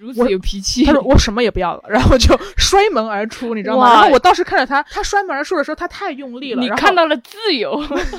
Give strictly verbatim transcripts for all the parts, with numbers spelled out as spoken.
如此有脾气。 他说我什么也不要了，然后就摔门而出，你知道吗？然后我当时看着他，他摔门而出的时候，他太用力了， 你看到了自由。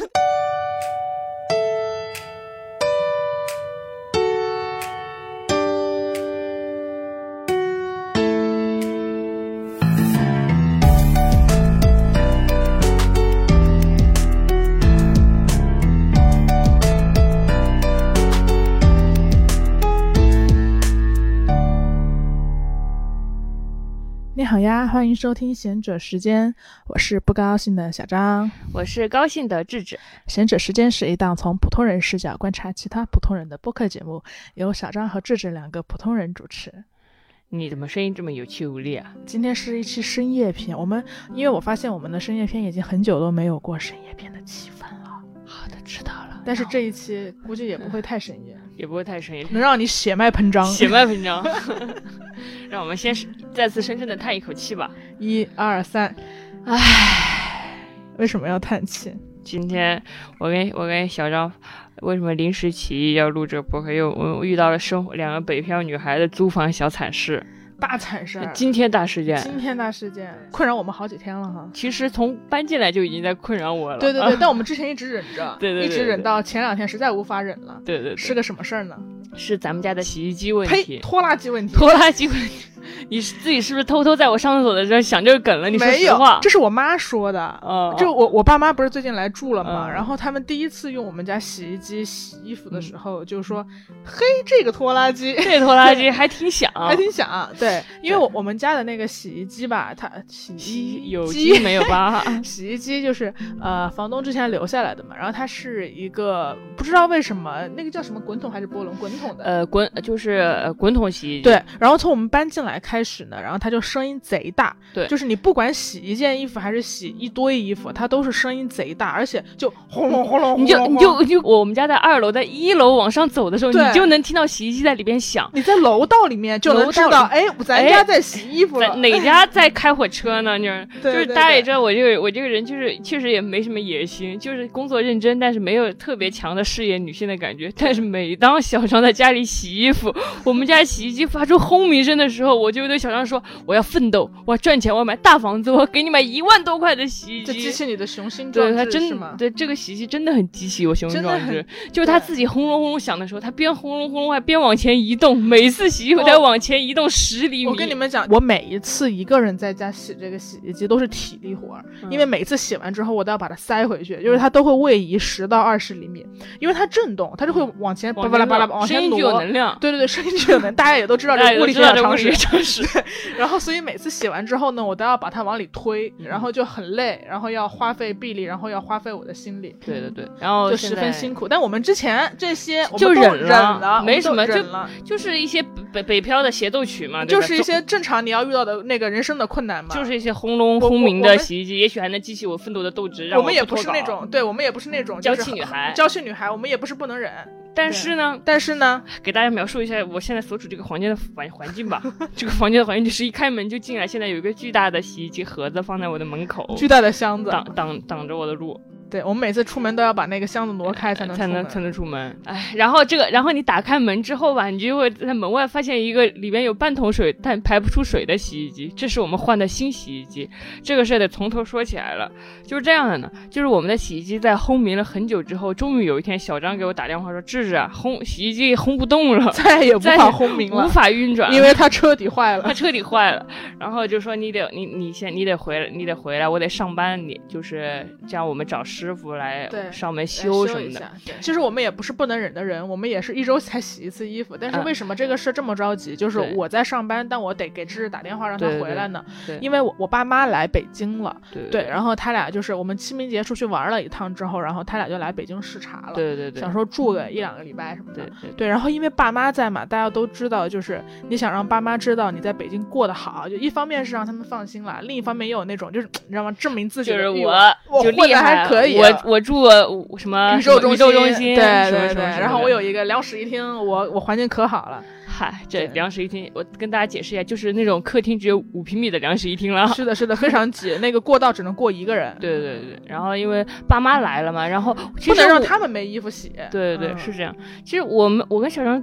你好呀，欢迎收听贤者时间，我是不高兴的小张， 我是高兴的智智。 贤者时间是一档从普通人视角观察其他普通人的播客节目，由小张和智智两个普通人主持。 你怎么声音这么有气无力啊？ 今天是一期深夜篇，我们因为我发现我们的深夜篇已经很久都没有过深夜篇的气氛了。 好的，知道了。 但是这一期估计也不会太深夜， 也不会太深夜， 能让你血脉喷张。 血脉喷张。让我们先再次深深的叹一口气吧。 一二三，唉，为什么要叹气？ 今天我跟我跟小张为什么临时起意要录这个播客？又我遇到了生活两个北漂女孩的租房小惨事。 大惨事， 惊天大事件， 惊天大事件，困扰我们好几天了哈。 其实从搬进来就已经在困扰我了。 对对对，但我们之前一直忍着， 对对对， 一直忍到前两天实在无法忍了。 对对对， 是个什么事儿呢？ 是咱们家的洗衣机问题， 呸，拖拉机问题， 拖拉机问题。你自己是不是偷偷在我上厕所的时候想这个梗了？你说实话。 没有，这是我妈说的。 哦， 就我我爸妈不是最近来住了嘛、 嗯， 然后他们第一次用我们家洗衣机洗衣服的时候，嗯、就说：“嘿，这个拖拉机， 这拖拉机还挺响， 还挺响。”对，因为我我们家的那个洗衣机吧，它洗衣有机没有吧？ 洗衣机就是呃房东之前留下来的嘛，然后它是一个不知道为什么那个叫什么滚筒还是波轮滚筒的， 呃滚就是呃滚筒洗衣机。 对，然后从我们搬进来开始呢，然后它就声音贼大， 对， 就是你不管洗一件衣服还是洗一堆衣服，它都是声音贼大，而且就轰隆轰隆， 你就你就就我们家在二楼，在一楼往上走的时候，你就能听到洗衣机在里边响。 你在楼道里面就能知道，哎，咱家在洗衣服了， 哪家在开火车呢？就是对对对， 就是大家也知道我这个我这个人就是确实也没什么野心，就是工作认真，但是没有特别强的事业女性的感觉。但是每当小张在家里洗衣服，我们家洗衣机发出轰鸣声的时候，我就对小张说：“我要奋斗，我要赚钱，我要买大房子，我要给你买一万多块的洗衣机。” 这激起你的雄心壮志， 对，他真是吗？ 对，这个洗衣机真的很激起我雄心壮志。就是他自己轰隆轰隆响的时候，他边轰隆轰隆还边往前移动，每次洗衣服再往前移动十厘米。 我跟你们讲，我每一次一个人在家洗这个洗衣机都是体力活、嗯、因为每次洗完之后我都要把它塞回去，就是它都会位移十到二十厘米，因为它震动，它就会往前巴拉巴拉往前挪， 声音具有能量。 对对对，声音具有能量，大家也都知道这个物理学的常识。对，然后所以每次洗完之后呢，我都要把它往里推，然后就很累，然后要花费臂力，然后要花费我的心力。 对对对，然后就十分辛苦。但我们之前这些就忍了， 忍了没什么， 忍了就就是一些北北漂的协奏曲嘛， 就是一些正常你要遇到的那个人生的困难嘛， 就是一些轰隆轰鸣的洗衣机，也许还能激起我奋斗的斗志。让我们也不是那种，对我们也不是那种娇气女孩， 娇气女孩，我们也不是不能忍。 但是呢， 但是呢， 给大家描述一下我现在所处这个房间的环环境吧。这个房间的环境就是一开门就进来，现在有一个巨大的洗衣机盒子放在我的门口， 巨大的箱子挡挡挡着我的路。 对，我们每次出门都要把那个箱子挪开才能才能才能出门。哎，然后这个，然后你打开门之后吧，你就会在门外发现一个里面有半桶水但排不出水的洗衣机，这是我们换的新洗衣机。这个事得从头说起来了，就是这样的呢，就是我们的洗衣机在轰鸣了很久之后，终于有一天小张给我打电话说：“智智啊，轰洗衣机轰不动了， 再也无法轰鸣了， 无法运转了， 因为它车底坏了， 它车底坏了。”然后就说你得你你先你得回来，你得回来，我得上班，你就是这样，我们找师傅来。 对， 上门修什么的。 其实我们也不是不能忍的人，我们也是一周才洗一次衣服。但是为什么这个事这么着急？嗯、就是我在上班，但我得给芝芝打电话让他回来呢。 对对对， 因为我我爸妈来北京了， 对, 对, 对，然后他俩就是我们清明节出去玩了一趟之后，然后他俩就来北京视察了。 对对对， 想说住个一两个礼拜什么的。 对 对, 对, 对，然后因为爸妈在嘛，大家都知道，就是你想让爸妈知道你在北京过得好，就一方面是让他们放心了，另一方面又有那种就是你知道吗？证明自己的就是我我就厉害还可以、 啊，我我住什么宇宙中心， 宇宙中心， 对对对。然后我有一个两室一厅，我我环境可好了。 嗨，这两室一厅，我跟大家解释一下，就是那种客厅只有五平米的两室一厅了。 是的，是的，非常挤，那个过道只能过一个人。 对对对。然后因为爸妈来了嘛，然后其实不能让他们没衣服洗。 对对对、 嗯， 是这样。其实我们我跟小张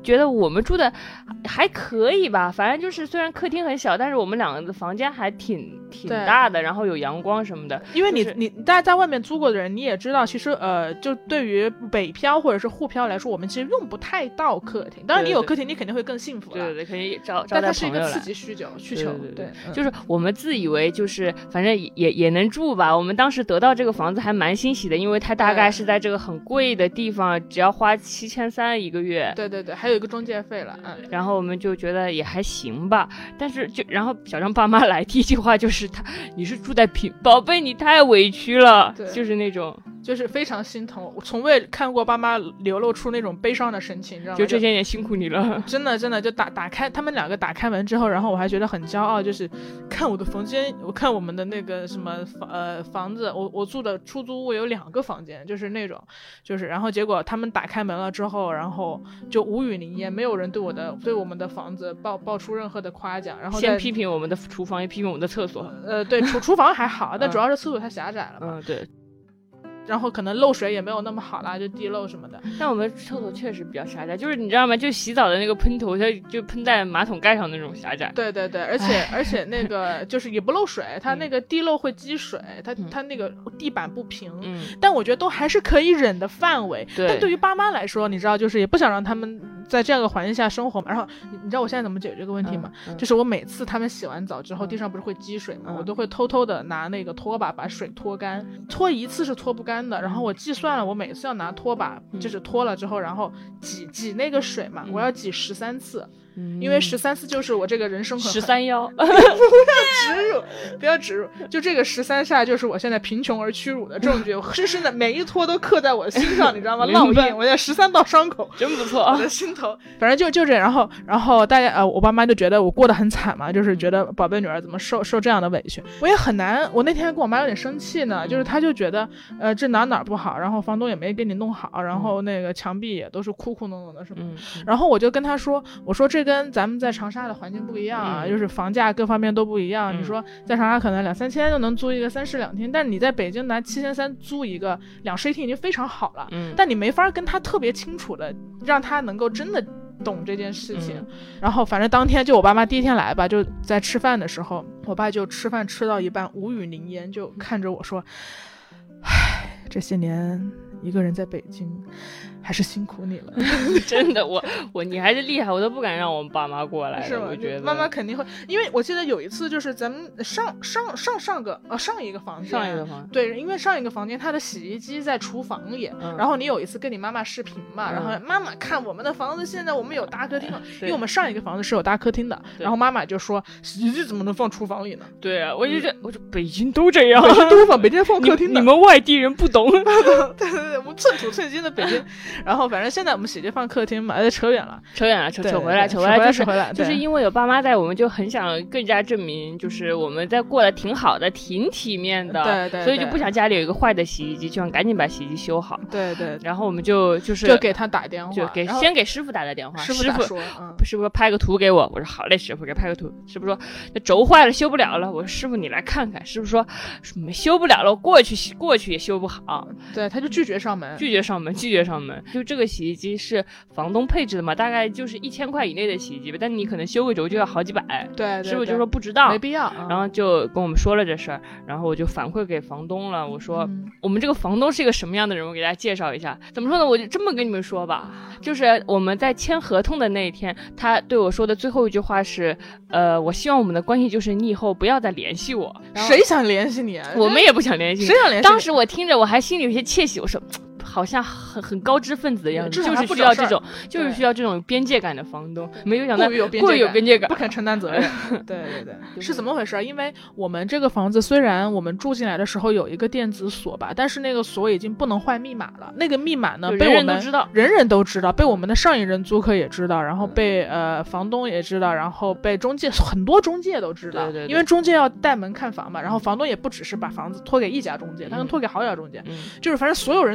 觉得我们住的还可以吧，反正就是虽然客厅很小，但是我们两个的房间还挺挺大的，然后有阳光什么的。 因为你、 就是、 你大家在外面租过的人，你也知道，其实呃，就对于北漂或者是沪漂来说，我们其实用不太到客厅。当然，你有客厅，你肯定会更幸福了。 对对对，肯定招招但它是一个刺激需求需求。 对对 对, 对, 对、 嗯， 就是我们自以为就是反正也也能住吧。我们当时得到这个房子还蛮欣喜的，因为它大概是在这个很贵的地方，只要花七千三一个月。 对对对，还有一个中介费了。嗯， 然后我们就觉得也还行吧。但是就然后小张爸妈来第一句话就是他，你是住在平，宝贝你太委屈了，就是那种。 就是非常心疼，我从未看过爸妈流露出那种悲伤的神情，你知道吗？ 就这些年辛苦你了， 真的真的就打打开他们两个打开门之后，然后我还觉得很骄傲，就是看我的房间，我看我们的那个什么呃房子，我我住的出租屋有两个房间，就是那种就是然后结果他们打开门了之后，然后就无语凝噎，没有人对我的对我们的房子爆爆出任何的夸奖，然后先批评我们的厨房，也批评我们的厕所。 呃，对，厨厨房还好，但主要是厕所太狭窄了嘛。 嗯，对。 然后可能漏水也没有那么好啦，就地漏什么的。 但我们厕所确实比较狭窄，就是你知道吗？就洗澡的那个喷头，它就喷在马桶盖上那种狭窄。 对对对，而且而且那个就是也不漏水，它那个地漏会积水，它、嗯、它那个地板不平、嗯，但我觉得都还是可以忍的范围。 对。 但对于爸妈来说，你知道，就是也不想让他们在这样一个环境下生活嘛。然后你知道我现在怎么解决这个问题吗？嗯嗯、就是我每次他们洗完澡之后，地上不是会积水吗？嗯、我都会偷偷的拿那个拖把把水拖干，拖一次是拖不干的，然后我记算了，我每次要拿拖把，就是拖了之后，然后挤挤那个水嘛，我要挤十三次。嗯、因为十三次就是我这个人生很十三幺， 不要植入，不要植入，就这个十三下就是我现在贫穷而屈辱的证据，我深深的每一拖都刻在我心上，你知道吗？烙印，我现在十三道伤口， 真不错， 我的心头。反正就就这，然后然后大家呃，我爸妈就觉得我过得很惨嘛，就是觉得宝贝女儿怎么受受这样的委屈，我也很难。我那天跟我妈有点生气呢，就是她就觉得呃这哪哪不好，然后房东也没给你弄好，然后那个墙壁也都是哭哭弄弄的什么、嗯、然后我就跟她说，我说这跟咱们在长沙的环境不一样啊、嗯、就是房价各方面都不一样、嗯、你说在长沙可能两三千就能租一个三室两厅，但你在北京拿七千三租一个两室一厅已经非常好了、嗯、但你没法跟他特别清楚的让他能够真的懂这件事情、嗯、然后反正当天就我爸妈第一天来吧，就在吃饭的时候，我爸就吃饭吃到一半无语凝噎，就看着我说，唉，这些年一个人在北京还是辛苦你了。 真的，我我你还是厉害，我都不敢让我们爸妈过来。 是吗？ 我觉得妈妈肯定会，因为我记得有一次就是咱们上上上上个呃上一个房间， 上一个房间对，因为上一个房间它的洗衣机在厨房里、嗯，然后你有一次跟你妈妈视频嘛、嗯，然后妈妈看我们的房子，现在我们有大客厅了，因为我们上一个房子是有大客厅的，然后妈妈就说洗衣机怎么能放厨房里呢？ 对啊，我就觉得、嗯、我说北京都这样， 北京都放北京放客厅的， 你, 你们外地人不懂。 对对对，我们寸土寸金的北京。然后反正现在我们洗衣机放客厅嘛，而且扯远了， 扯远了，扯扯回来，扯回来就是回来， 就是因为有爸妈在，我们就很想更加证明，就是我们在过得挺好的，挺体面的， 对 对, 对， 所以就不想家里有一个坏的洗衣机，就想赶紧把洗衣机修好。 对对， 然后我们就就是就给他打电话， 就给先给师傅打的电话， 师傅师傅说、嗯、 师傅拍个图给我，我说好嘞，师傅给拍个图。师傅说那轴坏了修不了了，我说师傅你来看看。师傅说没修不了了，我过去过去也修不好。 对，他就拒绝上门， 拒绝上门，拒绝上门。就这个洗衣机是房东配置的嘛，大概就是一千块以内的洗衣机吧，但你可能修个轴就要好几百。 对, 对, 对， 师傅就说不知道， 没必要、嗯。 然后就跟我们说了这事儿，然后我就反馈给房东了。我说、嗯、我们这个房东是一个什么样的人，我给大家介绍一下。怎么说呢？我就这么跟你们说吧，就是我们在签合同的那一天，他对我说的最后一句话是，呃，我希望我们的关系就是你以后不要再联系我。 谁想联系你啊？ 我们也不想联系你。 谁想联系你？ 当时我听着我还心里有些窃喜，我说好像很很高知分子的样子，就是需要这种，就是需要这种边界感的房东。没有想到过于有边界感， 过于有边界感， 不肯承担责任。对对对，是怎么回事？因为我们这个房子虽然我们住进来的时候有一个电子锁吧，但是那个锁已经不能换密码了。那个密码呢，被我们人人都知道， 人人都知道，被我们的上一任租客也知道，然后被呃房东也知道，然后被中介很多中介都知道。 对对对， 因为中介要带门看房嘛，然后房东也不只是把房子托给一家中介，他能托给好几家中介，嗯、就是反正所有人都知道的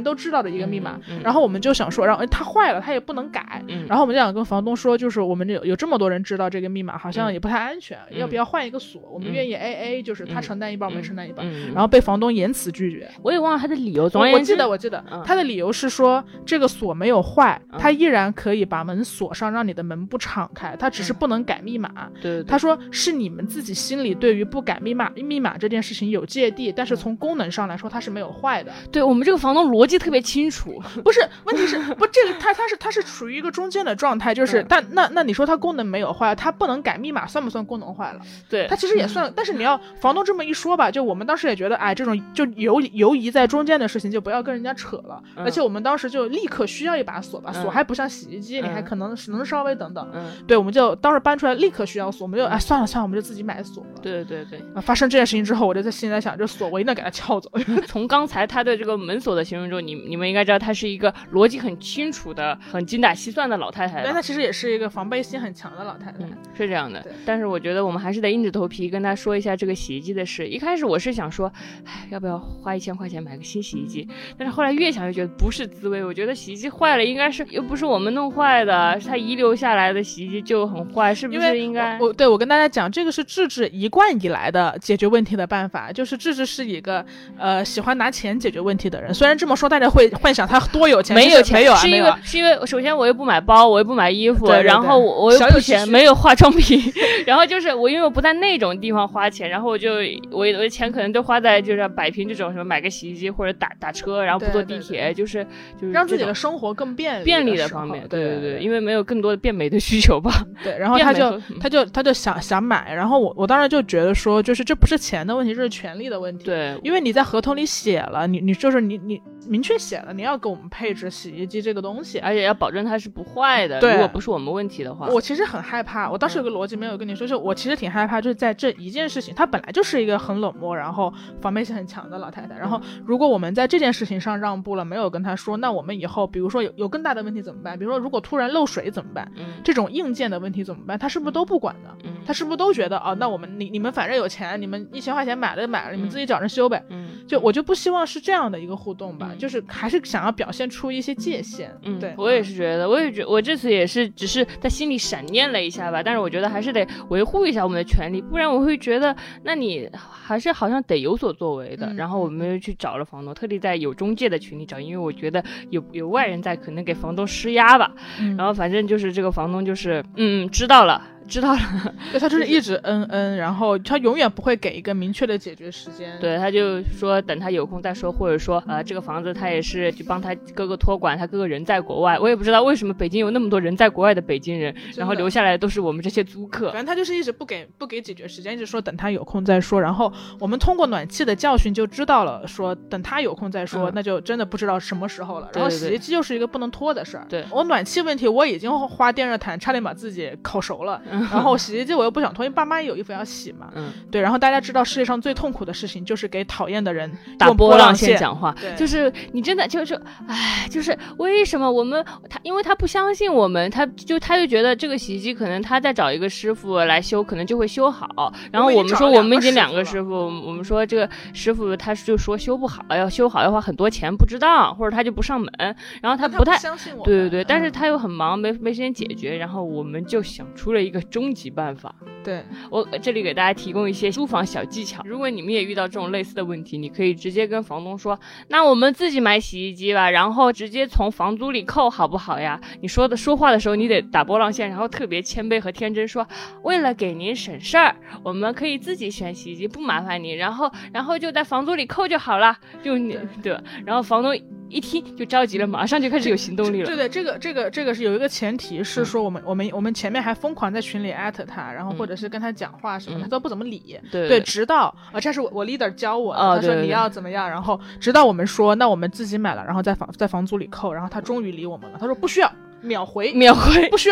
的一个密码， 嗯嗯、 然后我们就想说，然后它坏了，它也不能改， 嗯、 然后我们就想跟房东说，就是我们有有这么多人知道这个密码，好像也不太安全， 嗯、 要不要换一个锁？我们愿意 A A，、嗯、就是他承担一半， 嗯、 我们承担一半、 嗯， 然后被房东严词拒绝。 我也忘了他的理由，总而言之， 我记得我记得、嗯、他的理由是说这个锁没有坏， 嗯、 他依然可以把门锁上，让你的门不敞开，他只是不能改密码。 嗯、对, 对, 对， 他说是你们自己心里对于不改密码密码这件事情有芥蒂，但是从功能上来说它是没有坏的。 对，我们这个房东逻辑特别清楚， 不是问题是不这个他他是他是处于一个中间的状态，就是、嗯、但那那你说它功能没有坏，它不能改密码算不算功能坏了？ 对， 它其实也算、嗯、但是你要房东这么一说吧，就我们当时也觉得哎，这种就游游移在中间的事情就不要跟人家扯了、嗯、而且我们当时就立刻需要一把锁吧，锁还不像洗衣机、嗯、你还可能能稍微等等、嗯、对，我们就当时搬出来立刻需要锁，我们就哎算了算了，我们就自己买锁了。 对对对、 啊、发生这件事情之后，我就在心里在想，这锁我一定要给它撬走。 从刚才他的这个门锁的形容中，你你们应该知道他是一个逻辑很清楚的、很精打细算的老太太。 但她其实也是一个防备心很强的老太太、嗯、 是这样的。但是我觉得我们还是得硬着头皮跟他说一下这个洗衣机的事。一开始我是想说要不要花一千块钱买个新洗衣机，但是后来越想越觉得不是滋味。我觉得洗衣机坏了应该是又不是我们弄坏的，是他遗留下来的洗衣机就很坏，是不是应该？ 我, 我对我跟大家讲，这个是智智一贯以来的解决问题的办法，就是智智是一个呃喜欢拿钱解决问题的人。虽然这么说大家会幻想他多有钱， 没有钱， 没有啊， 是因为、 啊、 是因为首先我又不买包，我又不买衣服， 对对对， 然后我我又不钱，没有化妆品， 然后就是我因为我不在那种地方花钱，然后我就我我的钱可能都花在就是摆平这种什么买个洗衣机或者打打车，然后不坐地铁， 对对对， 就是就是让自己的生活更便利便利的方面， 对对对对，因为没有更多的变美的需求吧。 对，然后他就他就他就想想买，然后我我当时就觉得说，就是这不是钱的问题，这是权利的问题。 对， 因为你在合同里写了，你你就是你你明确写了，你要给我们配置洗衣机这个东西， 而且要保证它是不坏的。 对， 如果不是我们问题的话， 我其实很害怕。我当时有个逻辑没有跟你说，嗯、就我其实挺害怕，就是在这一件事情，她本来就是一个很冷漠，然后防备心很强的老太太。然后如果我们在这件事情上让步了，没有跟她说，那我们以后比如说有有更大的问题怎么办？比如说如果突然漏水怎么办？嗯、这种硬件的问题怎么办？她是不是都不管的？嗯、她是不是都觉得哦，那我们你你们反正有钱，你们一千块钱买了就买了，你们自己找人修呗。嗯，就我就不希望是这样的一个互动吧，嗯、就是还是想要表现出一些界限。 嗯， 对， 我也是觉得，我也觉我这次也是只是在心里闪念了一下吧，但是我觉得还是得维护一下我们的权利，不然我会觉得那你还是好像得有所作为的。嗯、然后我们又去找了房东，特地在有中介的群里找，因为我觉得有有外人在，可能给房东施压吧。嗯、然后反正就是这个房东就是嗯知道了。知道了， 对，他就是一直嗯嗯，然后他永远不会给一个明确的解决时间。 对，他就说等他有空再说，或者说呃这个房子他也是就帮他哥哥托管，他哥哥人在国外，我也不知道为什么北京有那么多人在国外的北京人，然后留下来的都是我们这些租客。 反正他就是一直不给不给解决时间，一直说等他有空再说。然后我们通过暖气的教训就知道了，说等他有空再说，嗯、那就真的不知道什么时候了。然后洗衣机又是一个不能拖的事儿。 对， 我暖气问题我已经花电热毯差点把自己烤熟了。嗯然后洗衣机我又不想拖，因为爸妈也有衣服要洗嘛。嗯，对。然后大家知道世界上最痛苦的事情就是给讨厌的人打波浪线讲话， 对， 就是你真的就是哎，就是为什么我们他因为他不相信我们，他就他就觉得这个洗衣机可能他再找一个师傅来修，可能就会修好。然后我们说我们已经两个师傅，我们说这个师傅他就说修不好，要修好要花很多钱，不知道或者他就不上门，然后他不太他不相信我们， 对对对，嗯、但是他又很忙，没没时间解决，然后我们就想出了一个终极办法。 对， 我这里给大家提供一些租房小技巧，如果你们也遇到这种类似的问题，你可以直接跟房东说，那我们自己买洗衣机吧，然后直接从房租里扣好不好呀？你说的说话的时候你得打波浪线，然后特别谦卑和天真说，为了给您省事儿，我们可以自己选洗衣机，不麻烦您，然后然后就在房租里扣就好了，就你 对, 对，然后房东一听就着急了，马上就开始有行动力了。 对对，这个这个这个是有一个前提是说我们、嗯、我们我们前面还疯狂在群里艾特他，然后或者是跟他讲话什么、嗯、他都不怎么理。 对对, 对，直到啊，这是我我 leader 教我的、 哦、 他说你要怎么样，然后直到我们说那我们自己买了，然后在房在房租里扣，然后他终于理我们了，他说不需要，秒回秒回， 不需要你买。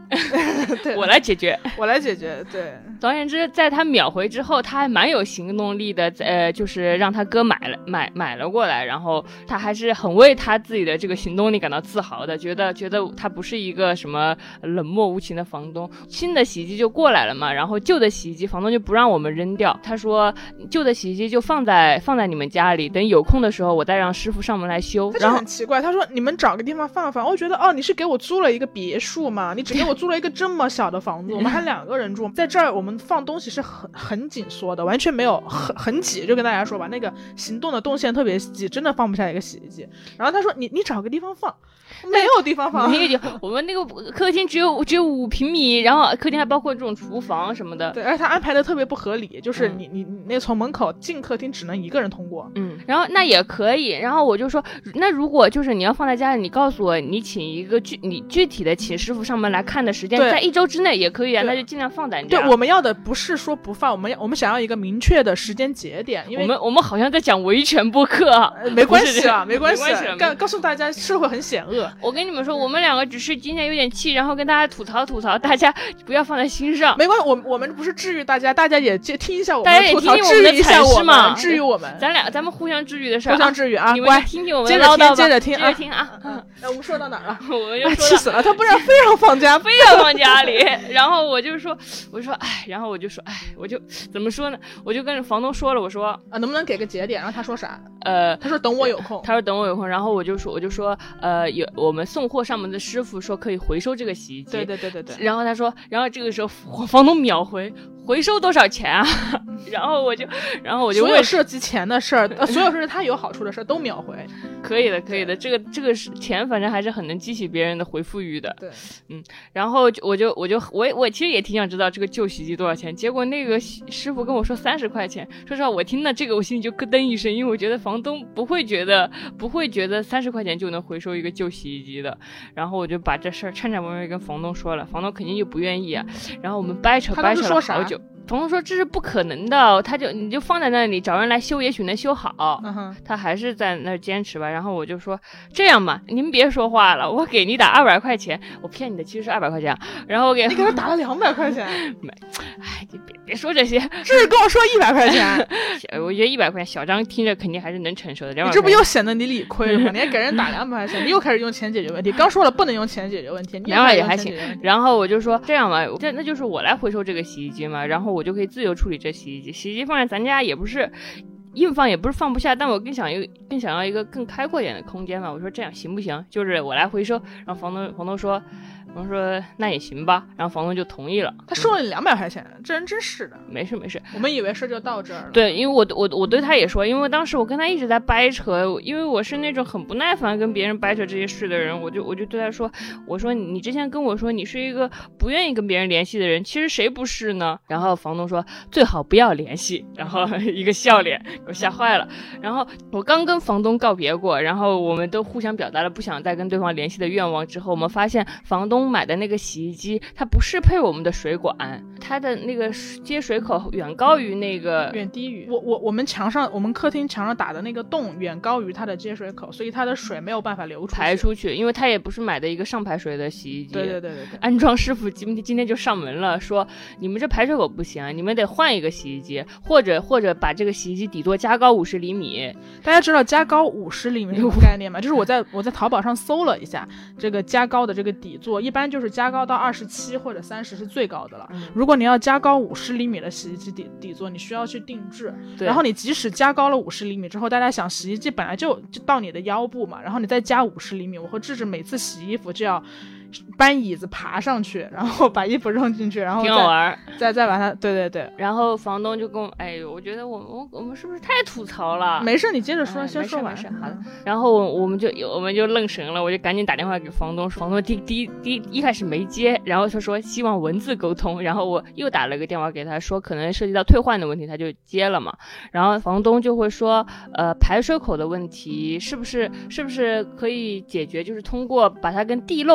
我来解决， 我来解决。对， 总而言之，在他秒回之后，他还蛮有行动力的，呃，就是让他哥买了买买了过来，然后他还是很为他自己的这个行动力感到自豪的，觉得觉得他不是一个什么冷漠无情的房东。新的洗衣机就过来了嘛，然后旧的洗衣机房东就不让我们扔掉，他说旧的洗衣机就放在放在你们家里，等有空的时候我再让师傅上门来修。 他就很奇怪，他说你们找个地方放放，我觉得哦，你是给我租了一个别墅嘛，你只给我租了一个这么小的房子，我们还两个人住，在这儿我们放东西是很很紧缩的，完全没有很很挤，就跟大家说吧，那个行动的动线特别挤，真的放不下一个洗衣机。然后他说你你找个地方放，没有地方放， 没有地方，我们那个客厅只有只有五平米，然后客厅还包括这种厨房什么的。 对，而且他安排的特别不合理，就是你、嗯、你你那从门口进客厅只能一个人通过。 嗯，然后那也可以，然后我就说，那如果就是你要放在家里，你告诉我，你请一个具你具体的请师傅上门来看的时间，在一周之内也可以啊，那就尽量放在你家。 对，我们要的不是说不放，我们要我们想要一个明确的时间节点，因为我们我们好像在讲维权播客、 呃，没关系啊，没关系，告告诉大家社会很险恶。 我跟你们说，我们两个只是今天有点气，然后跟大家吐槽吐槽，大家不要放在心上。 没关系，我我们不是治愈大家，大家也听一下我们的吐槽，治愈一下我们， 治愈我们。 咱俩咱们互相治愈的事儿， 互相治愈啊！ 你们听听我们的唠叨吧，接着听， 接着听啊！ 嗯，哎，我们说到哪儿了？ 我们就说气死了，他不然非要放家， 非要放家里。然后我就说，我说哎，然后我就说哎，我就怎么说呢？我就跟房东说了，我说啊，能不能给个节点？然后他说啥？ 呃， 他说等我有空。 他说等我有空。然后我就说，我就说，呃，有我们送货上门的师傅说可以回收这个洗衣机。 对对对对对。 然后他说，然后这个时候房东秒回。回收多少钱啊？然后我就，然后我就问所有涉及钱的事儿，呃，所有是他有好处的事儿都秒回。 可以的，可以的，这个这个钱反正还是很能激起别人的回复欲的。 对， 嗯，然后我就我就我我其实也挺想知道这个旧洗衣机多少钱，结果那个师傅跟我说三十块钱。说实话，我听到这个我心里就咯噔一声，因为我觉得房东不会觉得不会觉得三十块钱就能回收一个旧洗衣机的。然后我就把这事儿颤颤巍巍跟房东说了，房东肯定就不愿意啊。然后我们掰扯掰扯了好久。房东说这是不可能的，他就你就放在那里找人来修，也许能修好。 嗯、 他还是在那坚持吧。然后我就说这样吧，您别说话了，我给你打二百块钱，我骗你的，其实是二百块钱。然后我给你给他打了两百块钱， 没，哎，你别别说这些， 这是跟我说一百块钱。 我觉得一百块钱小张听着肯定还是能承受的。 你这不又显得你理亏了吗？你还给人打两百块钱，你又开始用钱解决问题。刚说了不能用钱解决问题， 两百也还行。然后我就说这样吧，这那就是我来回收这个洗衣机嘛，然后我就可以自由处理这洗衣机。洗衣机放在咱家也不是硬放，也不是放不下，但我更想一个更想要一个更开阔点的空间嘛。我说这样行不行？就是我来回收。然后房东房东说。我说那也行吧，然后房东就同意了。 他收了你两百块钱，这人真是的。 没事没事， 我们以为事就到这儿了。 对，因为我我我对他也说，因为当时我跟他一直在掰扯，因为我是那种很不耐烦跟别人掰扯这些事的人，我就我就对他说，我说你之前跟我说你是一个不愿意跟别人联系的人，其实谁不是呢？然后房东说最好不要联系，然后一个笑脸，给我吓坏了。然后我刚跟房东告别过，然后我们都互相表达了不想再跟对方联系的愿望之后，我们发现房东买的那个洗衣机它不适配我们的水管，它的那个接水口远高于那个远低于我我我们墙上我们客厅墙上打的那个洞远高于它的接水口，所以它的水没有办法流出去排出去，因为它也不是买的一个上排水的洗衣机。 对对对对对， 安装师傅今天今天就上门了，说你们这排水口不行，你们得换一个洗衣机，或者或者把这个洗衣机底座加高五十厘米。 大家知道加高五十厘米什么概念吗？就是我在我在淘宝上搜了一下，这个加高的这个底座一般就是加高到二十七或者三十是最高的了。 嗯、 如果你要加高五十厘米的洗衣机底底座，你需要去定制。然后你即使加高了五十厘米之后，大家想洗衣机本来就就到你的腰部嘛，然后你再加五十厘米，我和智智每次洗衣服就要搬椅子爬上去，然后把衣服扔进去，然后挺好玩， 再再把它，对对对。 然后房东就跟我，哎呦，我觉得我我我们是不是太吐槽了？ 没事，你接着说， 哎、 先说完。 好的。然后我们就我们就愣神了，我就赶紧打电话给房东，房东第第第一开始没接，然后他说希望文字沟通，然后我又打了个电话给他说可能涉及到退换的问题，他就接了嘛。然后房东就会说，呃，排水口的问题是不是是不是可以解决，就是通过把它跟地漏连接。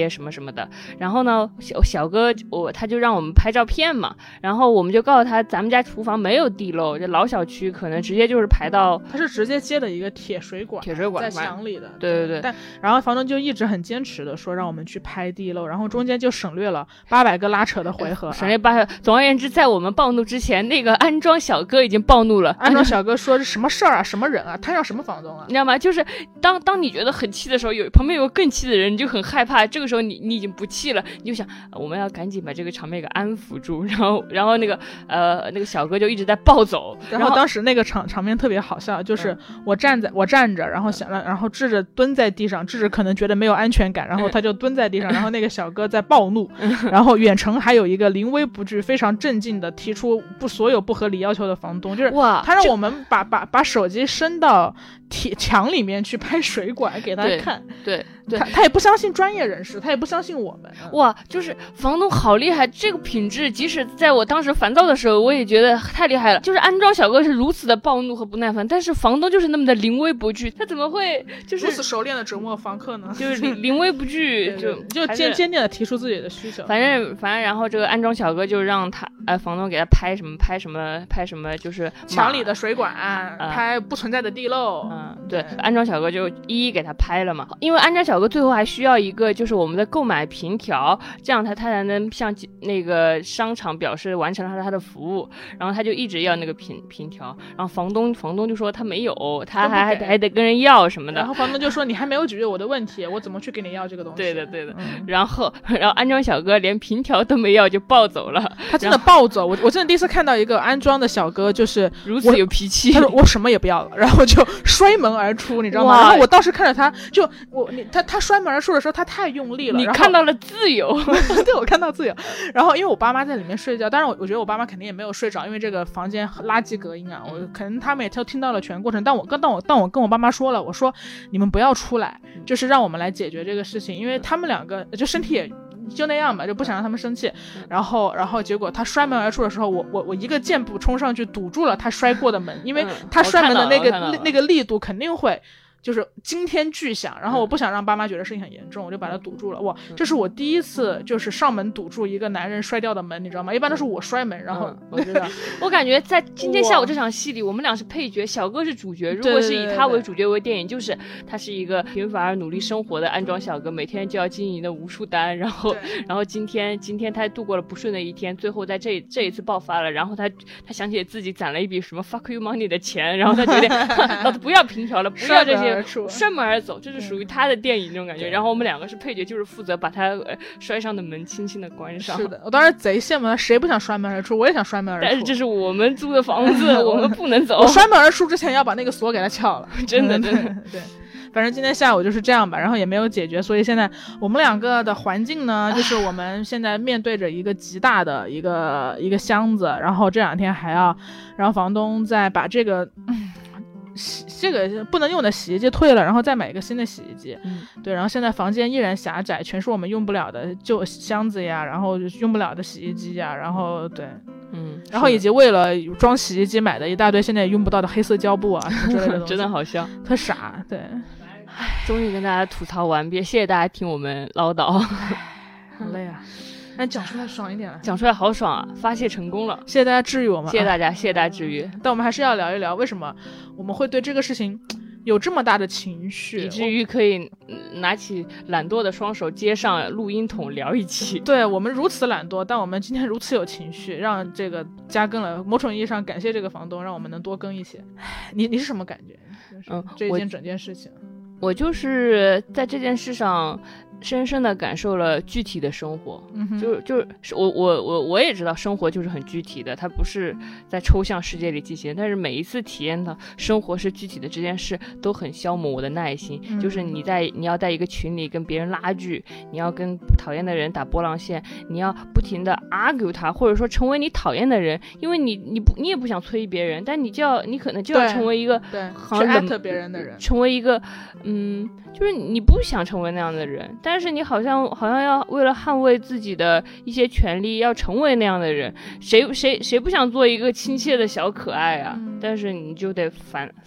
些什么什么的。然后呢，小小哥我他就让我们拍照片嘛，然后我们就告诉他，咱们家厨房没有地漏，这老小区可能直接就是排到， 他是直接接的一个铁水管， 铁水管在墙里的， 对对对。 但然后房东就一直很坚持的说让我们去拍地漏，然后中间就省略了八百个拉扯的回合， 省略八百。总而言之，在我们暴怒之前，那个安装小哥已经暴怒了。 安装小哥说这什么事儿啊，什么人啊，摊上什么房东啊， 你知道吗？就是当当你觉得很气的时候，有旁边有个更气的人，你就很害怕。这个时候你你已经不气了，你就想我们要赶紧把这个场面给安抚住。然后然后那个呃那个小哥就一直在暴走。 然后当时那个场场面特别好笑，就是我站在、嗯、我站着，然后想然后智智蹲在地上，智智可能觉得没有安全感，然后他就蹲在地上，然后那个小哥在暴怒，然后远程还有一个临危不惧、非常镇静的提出不所有不合理要求的房东，就是哇， 他让我们把把把手机伸到铁墙里面去拍水管给他看， 对对。对他他也不相信专业人士，他也不相信我们。 哇，就是房东好厉害，这个品质即使在我当时烦躁的时候，我也觉得太厉害了。就是安装小哥是如此的暴怒和不耐烦，但是房东就是那么的临危不惧，他怎么会就是如此熟练的折磨房客呢？ 就是临危不惧，就就坚坚定的提出自己的需求。 反正反正，然后这个安装小哥就让他呃房东给他拍什么拍什么拍什么，就是墙里的水管、呃、拍不存在的地漏。 嗯，对，安装小哥就一一给他拍了嘛。因为安装小哥最后还需要一个就是我们的购买凭条，这样他他才能向那个商场表示完成了他的服务。然后他就一直要那个凭凭条，然后房东房东就说他没有，他还还还得跟人要什么的。 然后房东就说你还没有解决我的问题，我怎么去给你要这个东西？ 对的对的。嗯、然后然后安装小哥连凭条都没要就暴走了， 他真的暴走。我我真的第一次看到一个安装的小哥就是如此有脾气。 他说我什么也不要了，然后就摔门而出，你知道吗？然后我当时看着他就我你他他摔门而出的时候他太用力了， 你看到了自由。 对，我看到自由。然后因为我爸妈在里面睡觉，当然我我觉得我爸妈肯定也没有睡着，因为这个房间垃圾隔音啊，我可能他们也都听到了全过程。但我跟当我当我跟我爸妈说了，我说你们不要出来，就是让我们来解决这个事情，因为他们两个就身体也就那样吧，就不想让他们生气。然后然后结果他摔门而出的时候，我我我一个箭步冲上去堵住了他摔过的门，因为他摔门的那个、嗯、那个力度肯定会就是惊天巨响，然后我不想让爸妈觉得事情很严重，我就把它堵住了。哇，这是我第一次就是上门堵住一个男人摔掉的门，你知道吗？一般都是我摔门，然后、嗯、 我知道。我感觉在今天下午这场戏里，我们俩是配角，小哥是主角。如果是以他为主角为电影，就是他是一个平凡而努力生活的安装小哥，每天就要经营的无数单，然后然后今天今天他度过了不顺的一天，最后在这这一次爆发了，然后他他想起自己攒了一笔什么 fuck you money 的钱，然后他决定老子不要凭条了，不要这些。摔门而走，这是属于他的电影那种感觉。然后我们两个是配角，就是负责把他、呃、摔上的门轻轻的关上。 是的，我当时贼羡慕他，谁不想摔门而出？我也想摔门而出。 但是这是我们租的房子，我们不能走。 我摔门而出之前要把那个锁给他撬了， 真的真的。 对，反正今天下午就是这样吧，然后也没有解决，所以现在我们两个的环境呢，就是我们现在面对着一个极大的一个一个箱子，然后这两天还要让房东再把这个。嗯洗这个不能用的洗衣机退了，然后再买一个新的洗衣机。嗯，对，然后现在房间依然狭窄，全是我们用不了的旧箱子呀，然后用不了的洗衣机呀，然后对，嗯，然后以及为了装洗衣机买的一大堆现在也用不到的黑色胶布啊什么之类的东西， 真的好笑， 特傻。对， 唉，终于跟大家吐槽完毕，谢谢大家听我们唠叨， 好累啊。但讲出来爽一点了， 讲出来好爽啊！发泄成功了， 谢谢大家治愈我们， 谢谢大家，谢谢大家治愈。 但我们还是要聊一聊，为什么我们会对这个事情有这么大的情绪， 以至于可以拿起懒惰的双手接上录音筒聊一期。 对，我们如此懒惰，但我们今天如此有情绪，让这个加更了。某种意义上感谢这个房东，让我们能多更一些。你你是什么感觉？嗯，这一件整件事情， 我, 我就是在这件事上。深深的感受了具体的生活，嗯、就就是我我我我也知道生活就是很具体的，它不是在抽象世界里进行，但是每一次体验到生活是具体的这件事都很消磨我的耐心、嗯、就是你在你要在一个群里跟别人拉锯，你要跟讨厌的人打波浪线，你要不停的 argue 他，或者说成为你讨厌的人，因为你你不你也不想催别人，但你就要你可能就要成为一个对去艾特别人的人， 成为一个嗯就是你不想成为那样的人，但是你好像好像要为了捍卫自己的一些权利要成为那样的人，谁谁谁不想做一个亲切的小可爱啊、嗯、但是你就得反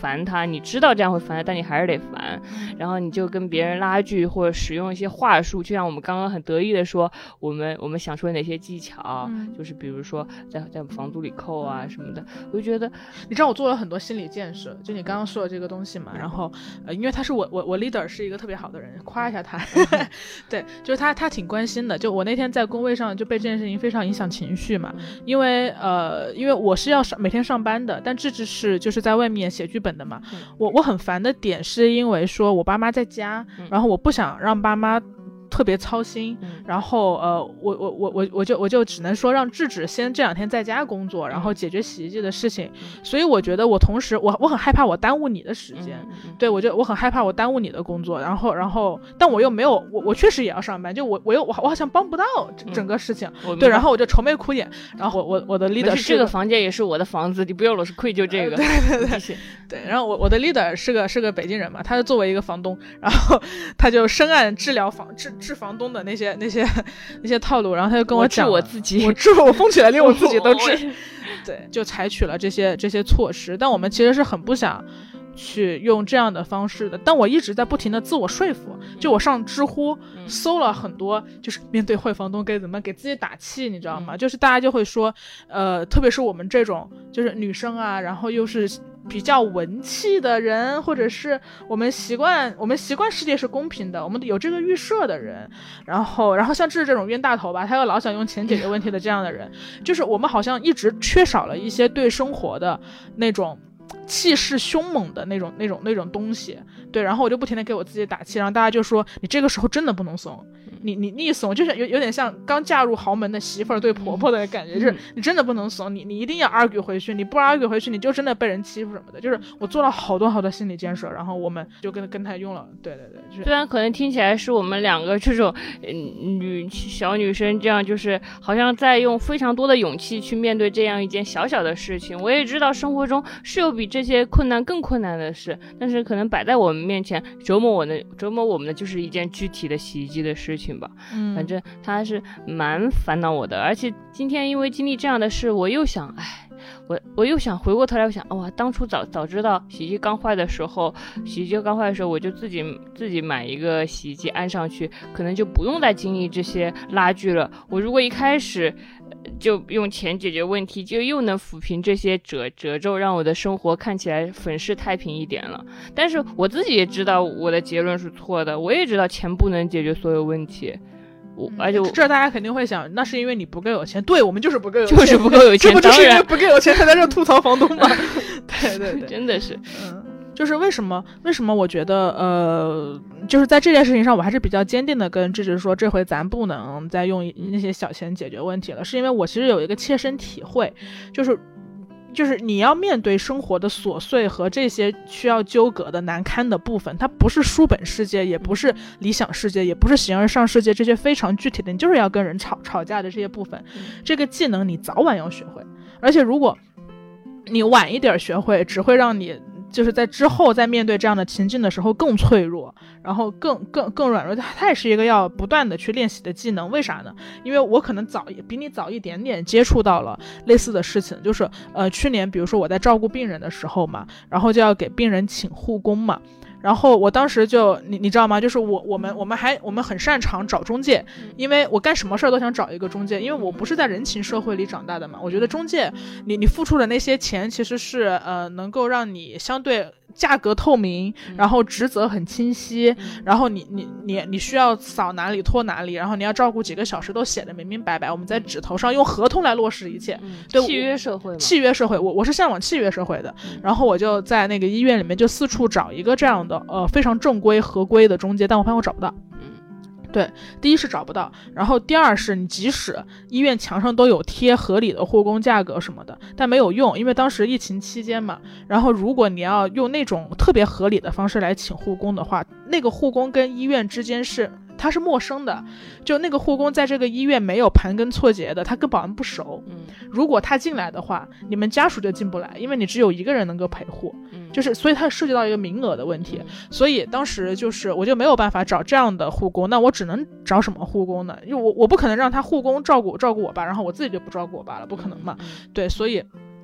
烦他，你知道这样会烦他，但你还是得烦，然后你就跟别人拉锯或者使用一些话术，就像我们刚刚很得意的说我们我们想说哪些技巧、嗯、就是比如说在在房租里扣啊什么的。我就觉得你知道我做了很多心理建设，就你刚刚说的这个东西嘛，然后呃，因为他是我我我 leader 是一个特别好的人，夸一下他对，就是他他挺关心的，就我那天在工位上就被这件事情非常影响情绪嘛，因为呃因为我是要上每天上班的，但志志是就是在外面写剧本的嘛，我我很烦的点是因为说我爸妈在家，然后我不想让爸妈特别操心、嗯、然后呃我我我我我就我就只能说让智智先这两天在家工作，然后解决洗衣机的事情、嗯、所以我觉得我同时我我很害怕我耽误你的时间、嗯、对，我就我很害怕我耽误你的工作，然后然后但我又没有我我确实也要上班，就我我又我我好像帮不到整个事情、嗯、对，然后我就愁眉苦脸，然后我我我的 leader 是这个房间也是我的房子，你不要老是愧疚这个、呃、 对对对对，然后我我的 leader 是个是个北京人嘛，他是作为一个房东，然后他就深谙治疗房治治房东的那些那些那些套路，然后他就跟我讲， 我治我自己， 我治我封起来连我自己都治，对，就采取了这些这些措施。但我们其实是很不想去用这样的方式的，但我一直在不停的自我说服。就我上知乎搜了很多，就是面对坏房东该怎么给自己打气，你知道吗？就是大家就会说，呃，特别是我们这种就是女生啊，然后又是比较文气的人，或者是我们习惯我们习惯世界是公平的，我们有这个预设的人，然后然后像志这种冤大头吧，他又老想用钱解决问题的这样的人，就是我们好像一直缺少了一些对生活的那种气势凶猛的那种那种那种东西，对，然后我就不停的给我自己打气，然后大家就说你这个时候真的不能怂，你你你一怂就是有有点像刚嫁入豪门的媳妇儿对婆婆的感觉，就是你真的不能怂，你你一定要 argue 回去，你不 argue 回去你就真的被人欺负什么的，就是我做了好多好多心理建设，然后我们就跟跟他用了，对对对，就是、 虽然可能听起来是我们两个这种、呃、女小女生这样，就是好像在用非常多的勇气去面对这样一件小小的事情，我也知道生活中是有比这些困难更困难的事，但是可能摆在我们面前折磨我的折磨我们的就是一件具体的洗衣机的事情吧。嗯，反正他是蛮烦恼我的，而且今天因为经历这样的事，我又想，哎，我我又想回过头来，我想，哇，当初早早知道洗衣机刚坏的时候，洗衣机刚坏的时候，我就自己自己买一个洗衣机安上去，可能就不用再经历这些拉锯了。我如果一开始就用钱解决问题，就又能抚平这些褶褶皱，让我的生活看起来粉饰太平一点了。但是我自己也知道我的结论是错的，我也知道钱不能解决所有问题。我而且我这大家肯定会想，那是因为你不够有钱。对，我们就是不够有钱， 就是不够有钱， 这不就是因为不够有钱才在这吐槽房东吗？对对对， 真的是， 嗯。就是为什么为什么我觉得呃就是在这件事情上我还是比较坚定的跟智智说这回咱不能再用那些小钱解决问题了，是因为我其实有一个切身体会，就是就是你要面对生活的琐碎和这些需要纠葛的难堪的部分，它不是书本世界，也不是理想世界，也不是形而上世界，这些非常具体的你就是要跟人吵吵架的这些部分，这个技能你早晚要学会，而且如果你晚一点学会，只会让你就是在之后在面对这样的情境的时候更脆弱，然后更更更软弱，它也是一个要不断的去练习的技能。为啥呢？因为我可能早比你早一点点接触到了类似的事情，就是呃去年比如说我在照顾病人的时候嘛，然后就要给病人请护工嘛，然后我当时就你你知道吗？就是我我们我们还我们很擅长找中介，因为我干什么事儿都想找一个中介，因为我不是在人情社会里长大的嘛。我觉得中介，你你付出的那些钱其实是呃能够让你相对价格透明，然后职责很清晰，然后你你你你需要扫哪里拖哪里，然后你要照顾几个小时都写的明明白白，我们在纸头上用合同来落实一切。 嗯、 对， 契约社会嘛， 契约社会，我我是向往契约社会的。嗯、然后我就在那个医院里面就四处找一个这样的呃非常正规合规的中介，但我发现我找不到。对，第一是找不到，然后第二是你即使医院墙上都有贴合理的护工价格什么的，但没有用，因为当时疫情期间嘛，然后如果你要用那种特别合理的方式来请护工的话，那个护工跟医院之间是他是陌生的，就那个护工在这个医院没有盘根错节的，他跟保安不熟，如果他进来的话，你们家属就进不来，因为你只有一个人能够陪护，就是所以它涉及到一个名额的问题，所以当时就是我就没有办法找这样的护工，那我只能找什么护工呢？因为我我不可能让他护工照顾照顾我爸，然后我自己就不照顾我爸了，不可能嘛。对，所以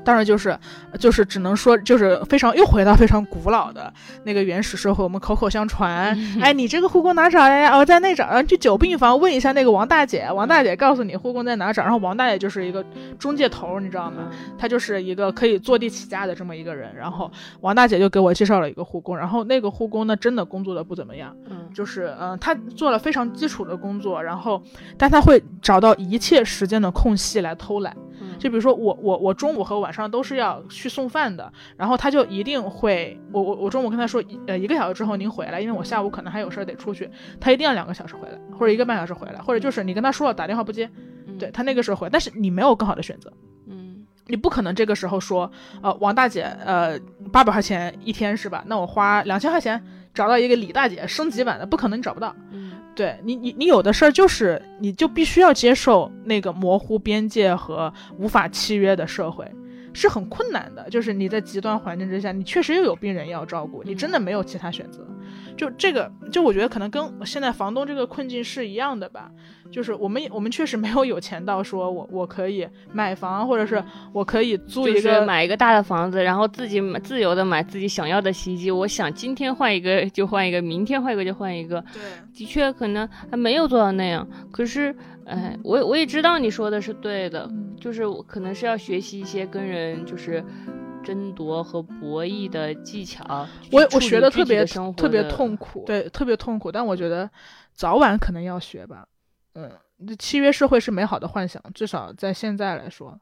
当然就是就是只能说就是非常又回到非常古老的那个原始社会，我们口口相传，哎，你这个护工哪找呀？哦，在那找，然后去久病房问一下那个王大姐，王大姐告诉你护工在哪找，然后王大姐就是一个中介头，你知道吗？她就是一个可以坐地起价的这么一个人，然后王大姐就给我介绍了一个护工，然后那个护工呢真的工作的不怎么样，嗯，就是嗯、呃，他做了非常基础的工作，然后但他会找到一切时间的空隙来偷懒。就比如说我我我中午和晚上都是要去送饭的，然后他就一定会我我我中午跟他说呃一个小时之后您回来，因为我下午可能还有事得出去，他一定要两个小时回来或者一个半小时回来，或者就是你跟他说了打电话不接，对他那个时候回来，但是你没有更好的选择，嗯，你不可能这个时候说呃王大姐呃八百块钱一天是吧，那我花两千块钱找到一个李大姐升级版的，不可能你找不到，嗯，对你你你有的事儿就是你就必须要接受那个模糊边界和无法契约的社会，是很困难的，就是你在极端环境之下，你确实又有病人要照顾，你真的没有其他选择，就这个就我觉得可能跟现在房东这个困境是一样的吧，就是我们我们确实没有有钱到说我我可以买房，或者是我可以租一个、 就是、买一个大的房子，然后自己自由的买自己想要的洗衣机，我想今天换一个就换一个，明天换一个就换一个， 对， 的确可能还没有做到那样，可是哎，我我也知道你说的是对的，嗯、就是我可能是要学习一些跟人就是争夺和博弈的技巧， 我我学的特别特别痛苦，对，特别痛苦，但我觉得早晚可能要学吧。嗯，契约社会是美好的幻想，至少在现在来说。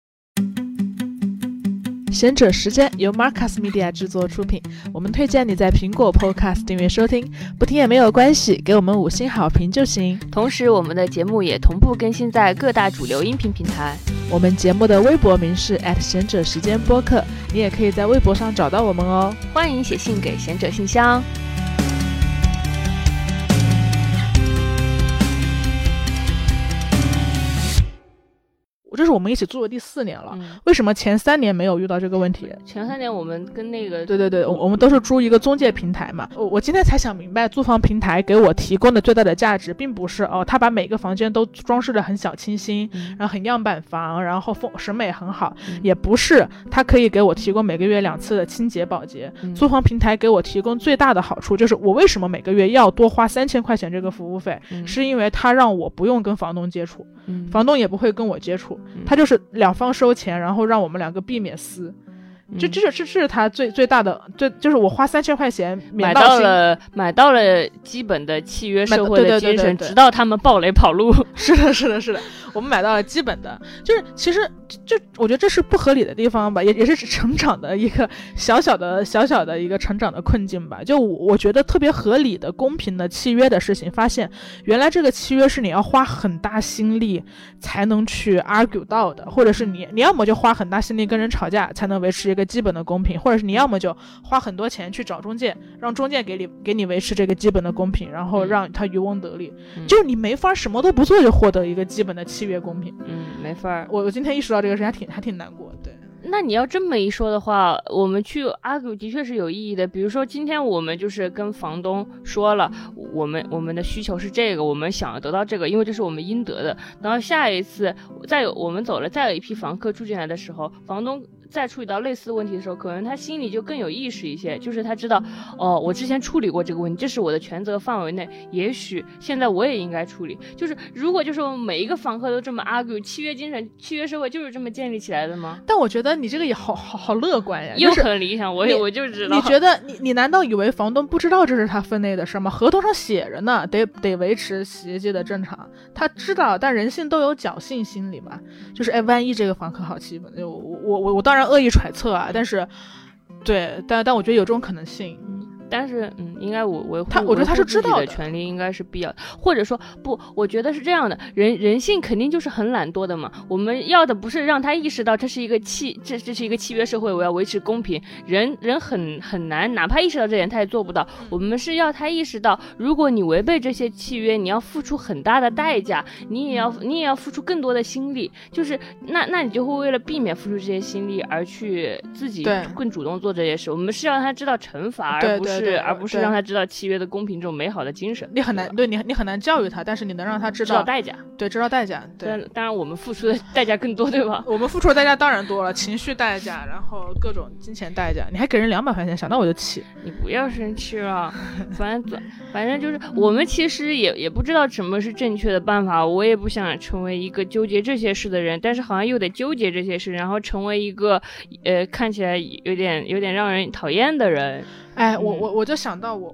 贤者时间由 Marcus Media 制作出品，我们推荐你在苹果 Podcast 订阅收听，不听也没有关系，给我们五星好评就行。 同时我们的节目也同步更新在各大主流音频平台， 我们节目的微博名是 at 贤者时间播客，你也可以在微博上找到我们哦。 欢迎写信给贤者信箱。 这是我们一起住的第四年了、嗯、为什么前三年没有遇到这个问题？ 前三年我们跟那个对对对，我们都是租一个中介平台嘛。我我今天才想明白，租房平台给我提供的最大的价值并不是哦，他把每个房间都装饰的很小清新、嗯、然后很样板房，然后风审美很好、嗯、也不是他可以给我提供每个月两次的清洁保洁、嗯、租房平台给我提供最大的好处就是我为什么每个月要多花三千块钱这个服务费、嗯、是因为他让我不用跟房东接触、嗯、房东也不会跟我接触，他就是两方收钱，然后让我们两个避免撕，这这是这是他最最大的，最就是我花三千块钱买到了买到了基本的契约社会的精神，直到他们暴雷跑路。 是的，是的，是的，我们买到了基本的，就是其实就我觉得这是不合理的地方吧，也也是成长的一个小小的小小的一个成长的困境吧。就我我觉得特别合理的、公平的契约的事情，发现原来这个契约是你要花很大心力才能去 argue 到的，或者是你你要么就花很大心力跟人吵架才能维持一个基本的公平，或者是你要么就花很多钱去找中介，让中介给你给你维持这个基本的公平，然后让他渔翁得利、嗯、就是你没法什么都不做就获得一个基本的契约公平。 嗯，没法。 我我今天意识到这个事还挺还挺难过。对， 那你要这么一说的话，我们去 argue 的确是有意义的。比如说今天我们就是跟房东说了，我们我们的需求是这个，我们想要得到这个，因为这是我们应得的。然后下一次再有我们走了，再有一批房客住进来的时候，房东再处理到类似问题的时候，可能他心里就更有意识一些，就是他知道哦，我之前处理过这个问题，这是我的权责范围内，也许现在我也应该处理。就是如果就是我们每一个房客都这么 argue， 契约精神、契约社会就是这么建立起来的吗？ 但我觉得你这个也好好好乐观呀， 又很理想。我也我就知道， 你觉得你你难道以为房东不知道这是他分内的事吗？合同上写着呢，得得维持洗衣机的正常，他知道，但人性都有侥幸心理嘛，就是哎，万一这个房客好欺负，我我我我当然恶意揣测啊，但是对，但但我觉得有这种可能性。 但是嗯，应该我维护他，我觉得他是知道的， 的权利应该是必要的，或者说不，我觉得是这样的，人人性肯定就是很懒惰的嘛。我们要的不是让他意识到这是一个契，这这是一个契约社会，我要维持公平。人人很很难，哪怕意识到这点，他也做不到。我们是要他意识到，如果你违背这些契约，你要付出很大的代价，你也要你也要付出更多的心力。就是那那你就会为了避免付出这些心力而去自己更主动做这些事。我们是要他知道惩罚，而不是是对对而不是让他知道契约的公平这种美好的精神。 你很难对你你很难教育他，但是你能让他知道知道代价， 对，知道代价。对， 当然我们付出的代价更多，对吧？ 我们付出的代价当然多了，情绪代价，然后各种金钱代价。你还给人两百块钱，想到我就气。 你不要生气了，反正反正就是我们其实也也不知道什么是正确的办法，我也不想成为一个纠结这些事的人，但是好像又得纠结这些事，然后成为一个呃看起来有点有点让人讨厌的人。 哎，我我我就想到我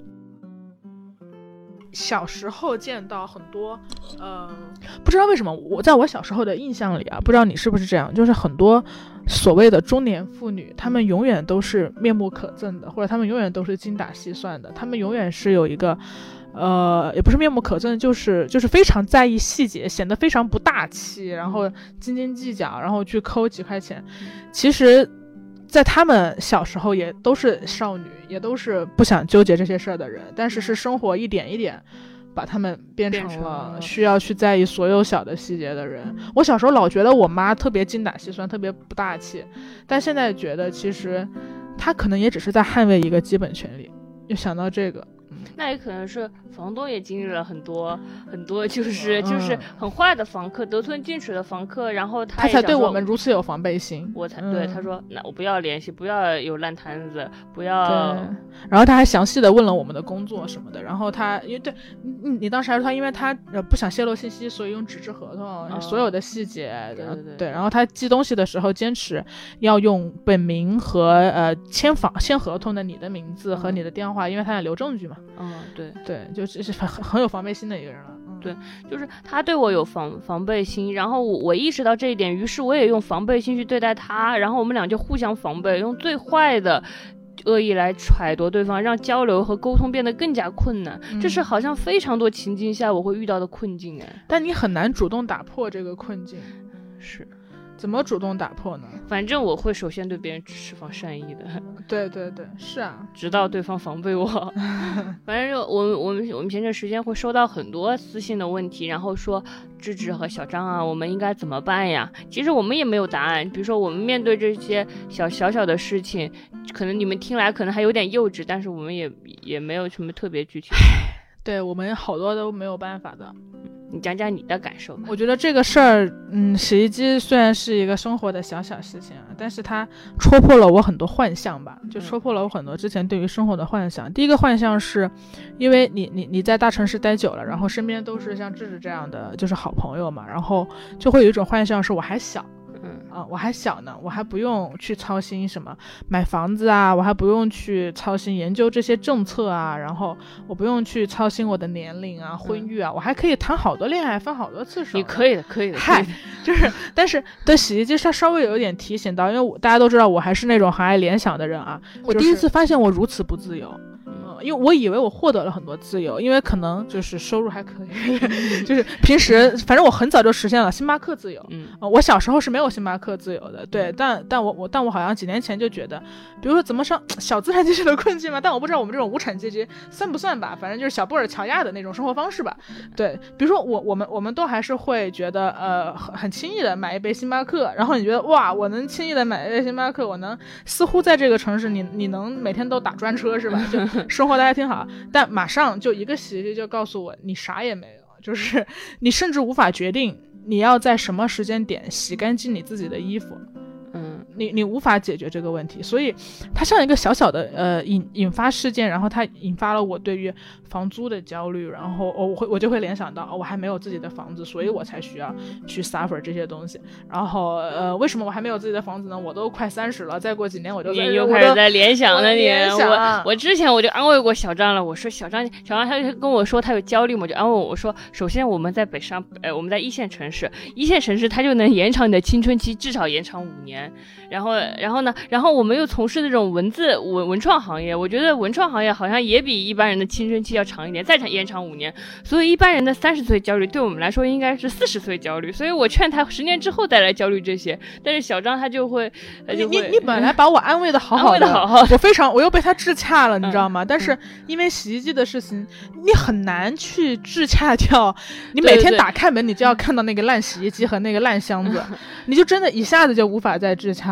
小时候见到很多，呃，不知道为什么我在我小时候的印象里啊，不知道你是不是这样，就是很多所谓的中年妇女，她们永远都是面目可憎的，或者她们永远都是精打细算的，她们永远是有一个呃，也不是面目可憎，就是就是非常在意细节，显得非常不大气，然后斤斤计较，然后去抠几块钱。其实在他们小时候也都是少女，也都是不想纠结这些事儿的人，但是是生活一点一点把他们变成了需要去在意所有小的细节的人。我小时候老觉得我妈特别精打细算，特别不大气，但现在觉得其实她可能也只是在捍卫一个基本权利。又想到这个， 那也可能是房东也经历了很多很多，就是就是很坏的房客，得寸进尺的房客，然后他他才对我们如此有防备心。 我才对、嗯、他说，那我不要联系，不要有烂摊子，不要。 对，然后他还详细的问了我们的工作什么的，然后他因为对你你当时还说他因为他呃不想泄露信息，所以用纸质合同、哦、所有的细节， 对对 对, 对，然后他寄东西的时候坚持要用本名和呃签房签合同的你的名字和你的电话，嗯、因为他想留证据嘛。 嗯，对对，就是很很有防备心的一个人了。嗯、 对，就是他对我有防防备心，然后我我意识到这一点，于是我也用防备心去对待他，然后我们俩就互相防备，用最坏的恶意来揣度对方，让交流和沟通变得更加困难。嗯、这是好像非常多情境下我会遇到的困境哎， 但你很难主动打破这个困境。 是。 怎么主动打破呢？ 反正我会首先对别人释放善意的。 对对对，是啊， 直到对方防备我。反正就我们我们我们前段时间会收到很多私信的问题，然后说芝芝和小张啊，我们应该怎么办呀？其实我们也没有答案。比如说我们面对这些小小小的事情，可能你们听来可能还有点幼稚，但是我们也也没有什么特别具体的。 对，我们好多都没有办法的。 你讲讲你的感受吧。 我觉得这个事儿，嗯，洗衣机虽然是一个生活的小小事情啊，但是它戳破了我很多幻象吧，就戳破了我很多之前对于生活的幻想。嗯、第一个幻象是，因为你你你在大城市待久了，然后身边都是像芝芝这样的就是好朋友嘛，然后就会有一种幻象是我还小。嗯啊，我还小呢，我还不用去操心什么买房子啊，我还不用去操心研究这些政策啊，然后我不用去操心我的年龄啊、婚育啊，嗯、我还可以谈好多恋爱，分好多次手。 你可以的，可以的。 嗨，就是，但是对洗衣机它稍微有一点提醒到，因为我大家都知道我还是那种很爱联想的人啊，我第一次发现我如此不自由。因为我以为我获得了很多自由，因为可能就是收入还可以，就是平时反正我很早就实现了星巴克自由。嗯、呃，我小时候是没有星巴克自由的，对，但但我我但我好像几年前就觉得，比如说怎么上小资产阶级的困境嘛，但我不知道我们这种无产阶级算不算吧，反正就是小布尔乔亚的那种生活方式吧。对，比如说我我们我们都还是会觉得呃很很轻易的买一杯星巴克，然后你觉得哇，我能轻易的买一杯星巴克，我能似乎在这个城市你你能每天都打专车是吧？就生活的还挺好，但马上就一个洗衣机就告诉我你啥也没有，就是你甚至无法决定你要在什么时间点洗干净你自己的衣服。嗯，你你无法解决这个问题，所以它像一个小小的呃引引发事件，然后它引发了我对于房租的焦虑，然后、哦、我会我就会联想到、哦、我还没有自己的房子，所以我才需要去 suffer 这些东西。然后呃，为什么我还没有自己的房子呢？我都快三十了，再过几年我就你又开始在联想了你。我我我之前我就安慰过小张了，我说小张小张他就跟我说他有焦虑嘛，我就安慰我说，首先我们在北上呃我们在一线城市，一线城市它就能延长你的青春期，至少延长五年。然后然后呢然后我们又从事这种文字文文创行业，我觉得文创行业好像也比一般人的青春期要长一点，再长延长五年，所以一般人的三十岁焦虑对我们来说应该是四十岁焦虑，所以我劝他十年之后再来焦虑这些。但是小张他就会他就会你你本来把我安慰的好好的， 安慰的好好的， 我非常我又被他治洽了，你知道吗？嗯、但是因为洗衣机的事情，你很难去治洽掉。你每天打开门，你就要看到那个烂洗衣机和那个烂箱子，你就真的一下子就无法再治洽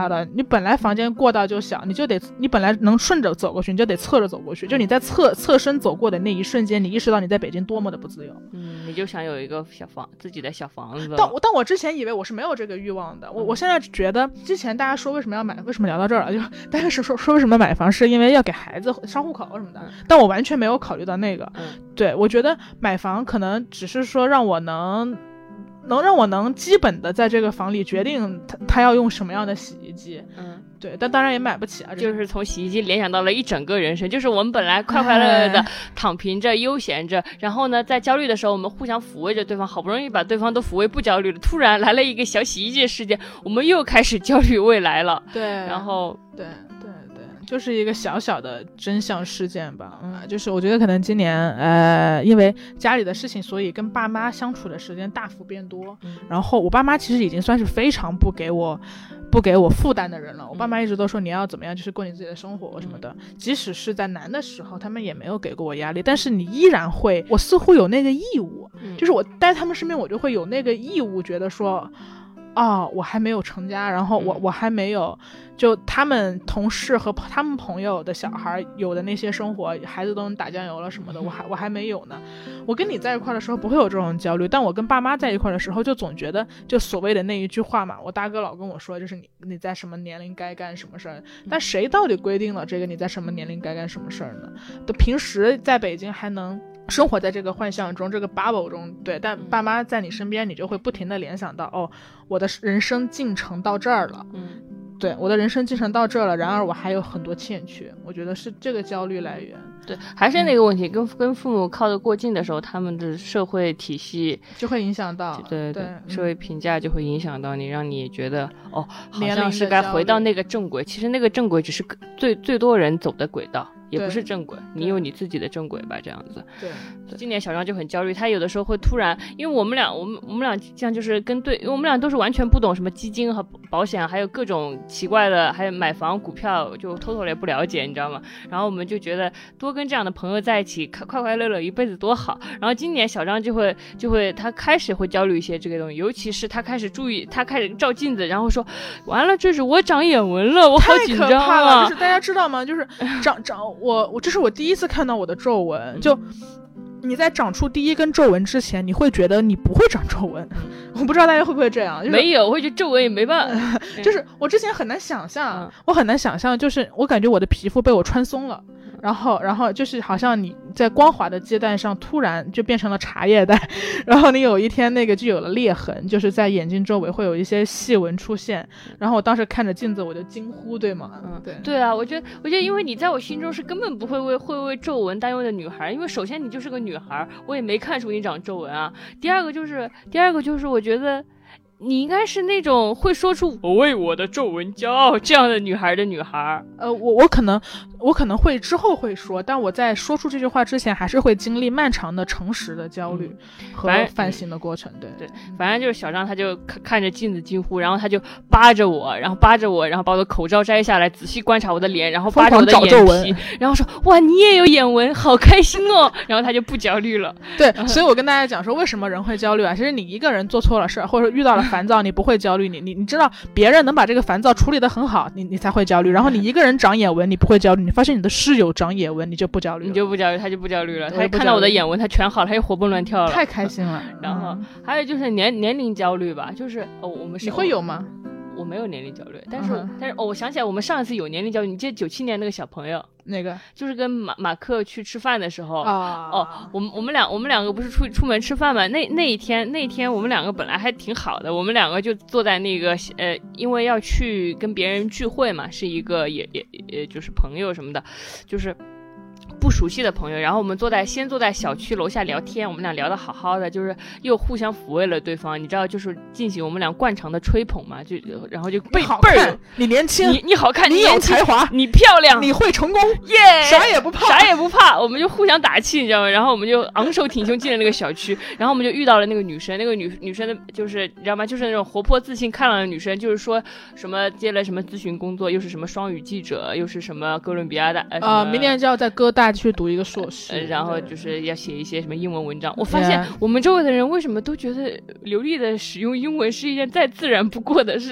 到的，你本来房间过道就小，你就得你本来能顺着走过去，你就得侧着走过去，就你在侧侧身走过的那一瞬间，你意识到你在北京多么的不自由。 嗯，你就想有一个小房自己的小房子。 但但我之前以为我是没有这个欲望的，我我现在觉得之前大家说为什么要买，为什么聊到这儿了？就大家是说说为什么买房是因为要给孩子上户口什么的，嗯、但我完全没有考虑到那个。嗯、对，我觉得买房可能只是说让我能。能让我能基本的在这个房里决定他他要用什么样的洗衣机，嗯，对，但当然也买不起啊。 就是从洗衣机联想到了一整个人生，就是我们本来快快乐乐的躺平着、悠闲着，然后呢，在焦虑的时候，我们互相抚慰着对方，好不容易把对方都抚慰不焦虑了，突然来了一个小洗衣机事件，我们又开始焦虑未来了。 对， 然后对对对，就是一个小小的真相事件吧。嗯，就是我觉得可能今年呃，因为家里的事情，所以跟爸妈相处的时间大幅变多。嗯、然后我爸妈其实已经算是非常不给我不给我负担的人了。我爸妈一直都说你要怎么样，就是过你自己的生活什么的。嗯、即使是在难的时候，他们也没有给过我压力，但是你依然会，我似乎有那个义务，嗯、就是我待他们身边，我就会有那个义务，觉得说。哦，我还没有成家，然后我、嗯、我还没有，就他们同事和他们朋友的小孩有的那些生活，孩子都能打酱油了什么的，我还我还没有呢。我跟你在一块的时候不会有这种焦虑，但我跟爸妈在一块的时候，就总觉得就所谓的那一句话嘛，我大哥老跟我说，就是你你在什么年龄该干什么事儿，但谁到底规定了这个你在什么年龄该干什么事儿呢？都平时在北京还能。生活在这个幻象中，这个 bubble 中，对，但爸妈在你身边，你就会不停地联想到，哦，我的人生进程到这儿了，嗯，对，我的人生进程到这儿了，然而我还有很多欠缺，我觉得是这个焦虑来源。 对，还是那个问题，嗯、跟跟父母靠得过近的时候，他们的社会体系就会影响到， 对 对, 对、 嗯， 社会评价就会影响到你，让你觉得哦，好像是该回到那个正轨。其实那个正轨只是最最多人走的轨道。也不是正轨，你有你自己的正轨吧，这样子。 对， 今年小张就很焦虑，他有的时候会突然，因为我们俩，我们我们俩这样就是跟对，因为我们俩都是完全不懂什么基金和保险，还有各种奇怪的，还有买房、股票，就偷偷也不了解，你知道吗？然后我们就觉得多跟这样的朋友在一起，快快乐乐一辈子多好。然后今年小张就会就会他开始会焦虑一些这个东西，尤其是他开始注意，他开始照镜子，然后说完了，这是我长眼纹了，我好紧张啊！ 太可怕了，就是大家知道吗？就是长长。我我这是我第一次看到我的皱纹，就你在长出第一根皱纹之前，你会觉得你不会长皱纹，我不知道大家会不会这样。就是、 没有，我会觉得皱纹也没办法。 就是我之前很难想象，嗯、我很难想象，就是我感觉我的皮肤被我穿松了。然后然后就是好像你在光滑的阶段上突然就变成了茶叶蛋，然后你有一天那个就有了裂痕，就是在眼睛周围会有一些细纹出现，然后我当时看着镜子我就惊呼，对吗？ 嗯，对对啊，我觉得我觉得因为你在我心中是根本不会为会为皱纹担忧的女孩，因为首先你就是个女孩，我也没看出你长皱纹啊。第二个就是第二个就是我觉得你应该是那种会说出我为我的皱纹骄傲这样的女孩的女孩。 呃，我我可能我可能会之后会说，但我在说出这句话之前，还是会经历漫长的诚实的焦虑和反省的过程。对对，反正就是小张他就看看着镜子惊呼，然后他就扒着我，然后扒着我，然后把我的口罩摘下来，仔细观察我的脸，然后扒着我的眼皮，然后说哇你也有眼纹，好开心哦。然后他就不焦虑了。 对，所以我跟大家讲说，为什么人会焦虑啊？其实你一个人做错了事，或者说遇到了烦躁，你不会焦虑，你你你知道别人能把这个烦躁处理得很好，你你才会焦虑。然后你一个人长眼纹，你不会焦虑，你发现你的室友长眼纹，你就不焦虑了， 你就不焦虑，他就不焦虑了。他看到我的眼纹，他全好了，他就活蹦乱跳了， 太开心了。 然后、嗯、还有就是年年龄焦虑吧，就是哦，我们是你会有吗？ 我没有年龄焦虑，但是、嗯、但是、哦、我想起来我们上一次有年龄焦虑，你记得九七年那个小朋友哪个？ 就是跟马马克去吃饭的时候啊， 哦，我们我们俩我们两个不是出出门吃饭嘛？那那一天那一天我们两个本来还挺好的，我们两个就坐在那个呃，因为要去跟别人聚会嘛，是一个也也也就是朋友什么的，就是不熟悉的朋友，然后我们坐在先坐在小区楼下聊天，我们俩聊得好好的，就是又互相抚慰了对方，你知道，就是进行我们俩惯常的吹捧嘛，就然后就倍倍儿， 你年轻， 你你好看， 你有才华， 你漂亮， 你会成功， 耶、yeah, 啥也不怕， 啥也不怕，我们就互相打气，你知道吗？然后我们就昂首挺胸进了那个小区，然后我们就遇到了那个女生，那个女女生的就是你知道吗？就是那种活泼自信开朗的女生，就是说什么接了什么咨询工作，又是什么双语记者，又是什么哥伦比亚的呃，明年就要在哥大去读一个硕士、 呃，然后就是要写一些什么英文文章。我发现我们周围的人为什么都觉得流利的使用英文是一件再自然不过的事。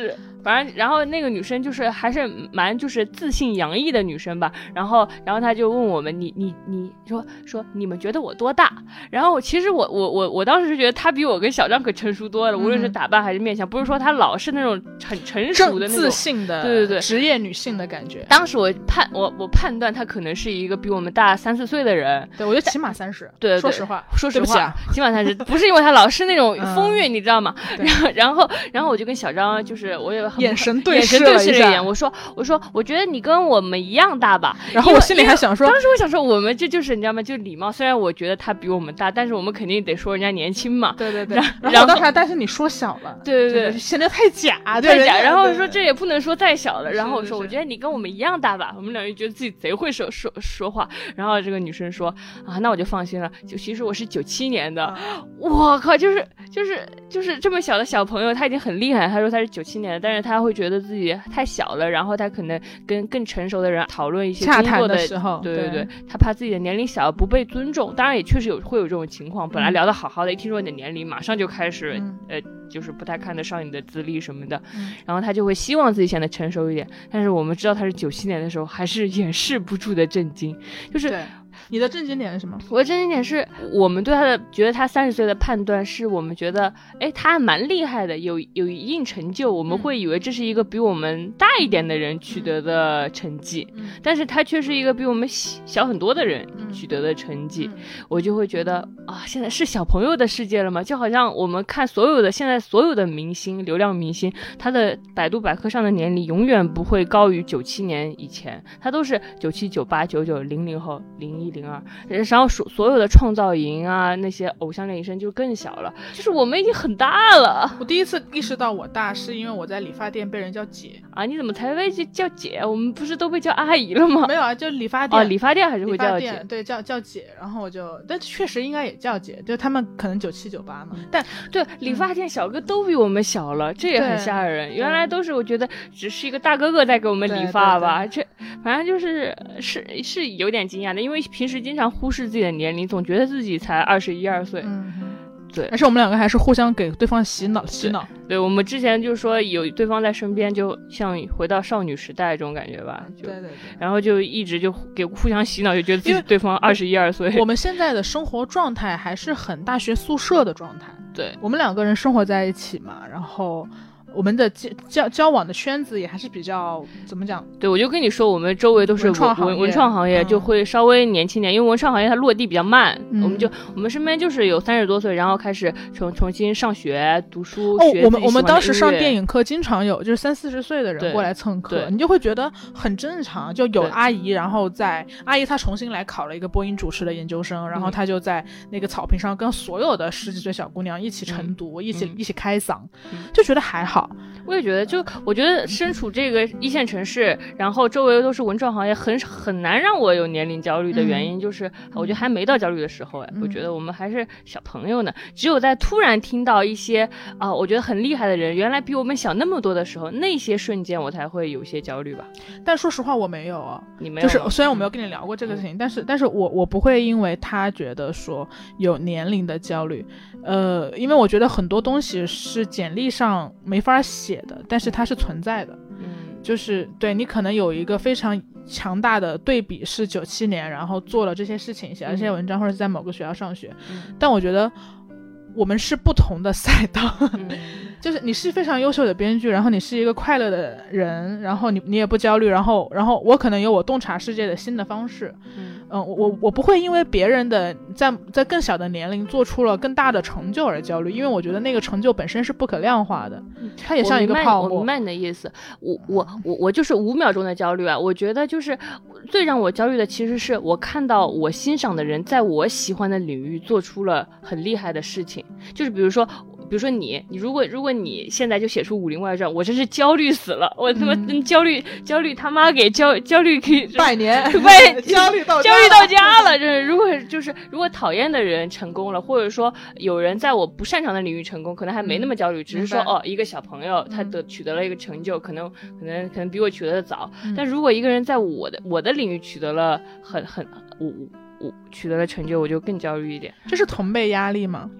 反正然后那个女生就是还是蛮就是自信洋溢的女生吧，然后然后她就问我们，你你你说说你们觉得我多大？然后其实我我我我当时是觉得她比我跟小张可成熟多了，无论是打扮还是面相，不是说她老是那种很成熟的那种自信的， 对对对， 职业女性的感觉。 当时我判我我判断她可能是一个比我们大三四岁的人， 对，我觉得起码三十。 对， 说实话， 说实话， 啊、 起码三十，不是因为她老是那种风韵，嗯、你知道吗？然后然后然后我就跟小张就是我也很眼神对视了一眼， 我说我说我觉得你跟我们一样大吧。 然后我心里还想说， 当时我想说我们这就是你知道吗？就礼貌，虽然我觉得他比我们大，但是我们肯定得说人家年轻嘛。 对对对。然后我当时还担心你说小了， 对对对， 显得太假， 太假。然后我说这也不能说再小了。然后我说我觉得你跟我们一样大吧。我们两人觉得自己贼会说说说话。然后这个女生说啊，那我就放心了。就其实我是九七年的，我靠，就是就是就是这么小的小朋友，他已经很厉害。他说他是九七年的，但是他会觉得自己太小了，然后他可能跟更成熟的人讨论一些工作的, 的时候， 对对对，他怕自己的年龄小不被尊重。当然也确实有会有这种情况，本来聊得好好的，一听说你的年龄，马上就开始、嗯、呃，就是不太看得上你的资历什么的、嗯，然后他就会希望自己显得成熟一点。但是我们知道他是九七年的时候，还是掩饰不住的震惊，就是。 对，你的震惊点是什么？ 我的震惊点是我们对他的觉得他三十岁的判断是我们觉得哎他还蛮厉害的，有有一定成就，我们会以为这是一个比我们大一点的人取得的成绩、嗯、但是他却是一个比我们小很多的人取得的成绩、嗯、我就会觉得啊，现在是小朋友的世界了吗？就好像我们看所有的现在所有的明星流量明星，他的百度百科上的年龄永远不会高于九七年以前，他都是九七九八九九零零后零一零二，然后所所有的创造营啊，那些偶像练习生就更小了，就是我们已经很大了。 我第一次意识到我大，是因为我在理发店被人叫姐啊！你怎么才被叫姐？我们不是都被叫阿姨了吗？ 没有啊，就理发店哦，理发店还是会叫姐， 对，叫叫姐。然后我就，但确实应该也叫姐，就他们可能九七九八嘛。嗯、但对，理发店小哥都比我们小了，嗯、这也很吓人。原来都是我觉得只是一个大哥哥在给我们理发吧，这反正就是是是有点惊讶的，因为平时经常忽视自己的年龄，总觉得自己才二十一二岁。嗯，对。 但是我们两个还是互相给对方洗脑洗脑。 对，我们之前就说有对方在身边，就像回到少女时代这种感觉吧。就对对对。 然后就一直就给互相洗脑，就觉得自己对方二十一二岁。 我们现在的生活状态还是很大学宿舍的状态。 对， 我们两个人生活在一起嘛，然后。我们的交交往的圈子也还是比较怎么讲？ 对，我就跟你说，我们周围都是文创行业， 文创行业、嗯、就会稍微年轻点，因为文创行业它落地比较慢。嗯、我们就我们身边就是有三十多岁，然后开始重重新上学读书。 哦， 学我们我们当时上电影课，经常有就是三四十岁的人过来蹭课，你就会觉得很正常。就有阿姨，然后在阿姨她重新来考了一个播音主持的研究生，然后她就在那个草坪上跟所有的十几岁小姑娘一起晨读，嗯、一起、嗯、一起开嗓、嗯，就觉得还好。 我也觉得，就我觉得身处这个一线城市，然后周围都是文创行业，很很难让我有年龄焦虑的原因，就是、嗯、我觉得还没到焦虑的时候哎、嗯，我觉得我们还是小朋友呢。只有在突然听到一些啊、呃，我觉得很厉害的人，原来比我们小那么多的时候，那些瞬间我才会有些焦虑吧。 但说实话，我没有啊， 你没有， 就是虽然我没有跟你聊过这个事情，嗯、但是但是我我不会因为他觉得说有年龄的焦虑，呃，因为我觉得很多东西是简历上没法写的，但是它是存在的，嗯，就是对你可能有一个非常强大的对比是九七年，然后做了这些事情，写了这些文章，嗯、或者是在某个学校上学，嗯、但我觉得我们是不同的赛道，嗯、就是你是非常优秀的编剧，然后你是一个快乐的人，然后你你也不焦虑，然后然后我可能有我洞察世界的新的方式，嗯。嗯，我我不会因为别人的在在更小的年龄做出了更大的成就而焦虑，因为我觉得那个成就本身是不可量化的，它也像一个泡沫。 我明白你的意思，我我我我就是五秒钟的焦虑啊！我觉得就是最让我焦虑的，其实是我看到我欣赏的人在我喜欢的领域做出了很厉害的事情，就是比如说。比如说你，你如果如果你现在就写出《武林外传》，我真是焦虑死了，我他妈、嗯、焦虑焦虑他妈给焦焦虑可以拜年拜焦虑到焦虑到家了，真是。如果就是如果讨厌的人成功了，或者说有人在我不擅长的领域成功，可能还没那么焦虑，嗯、只是说哦，一个小朋友他得取得了一个成就，嗯、可能可能可能比我取得的早，嗯、但如果一个人在我的我的领域取得了很很我我取得了成就，我就更焦虑一点。 这是同辈压力吗？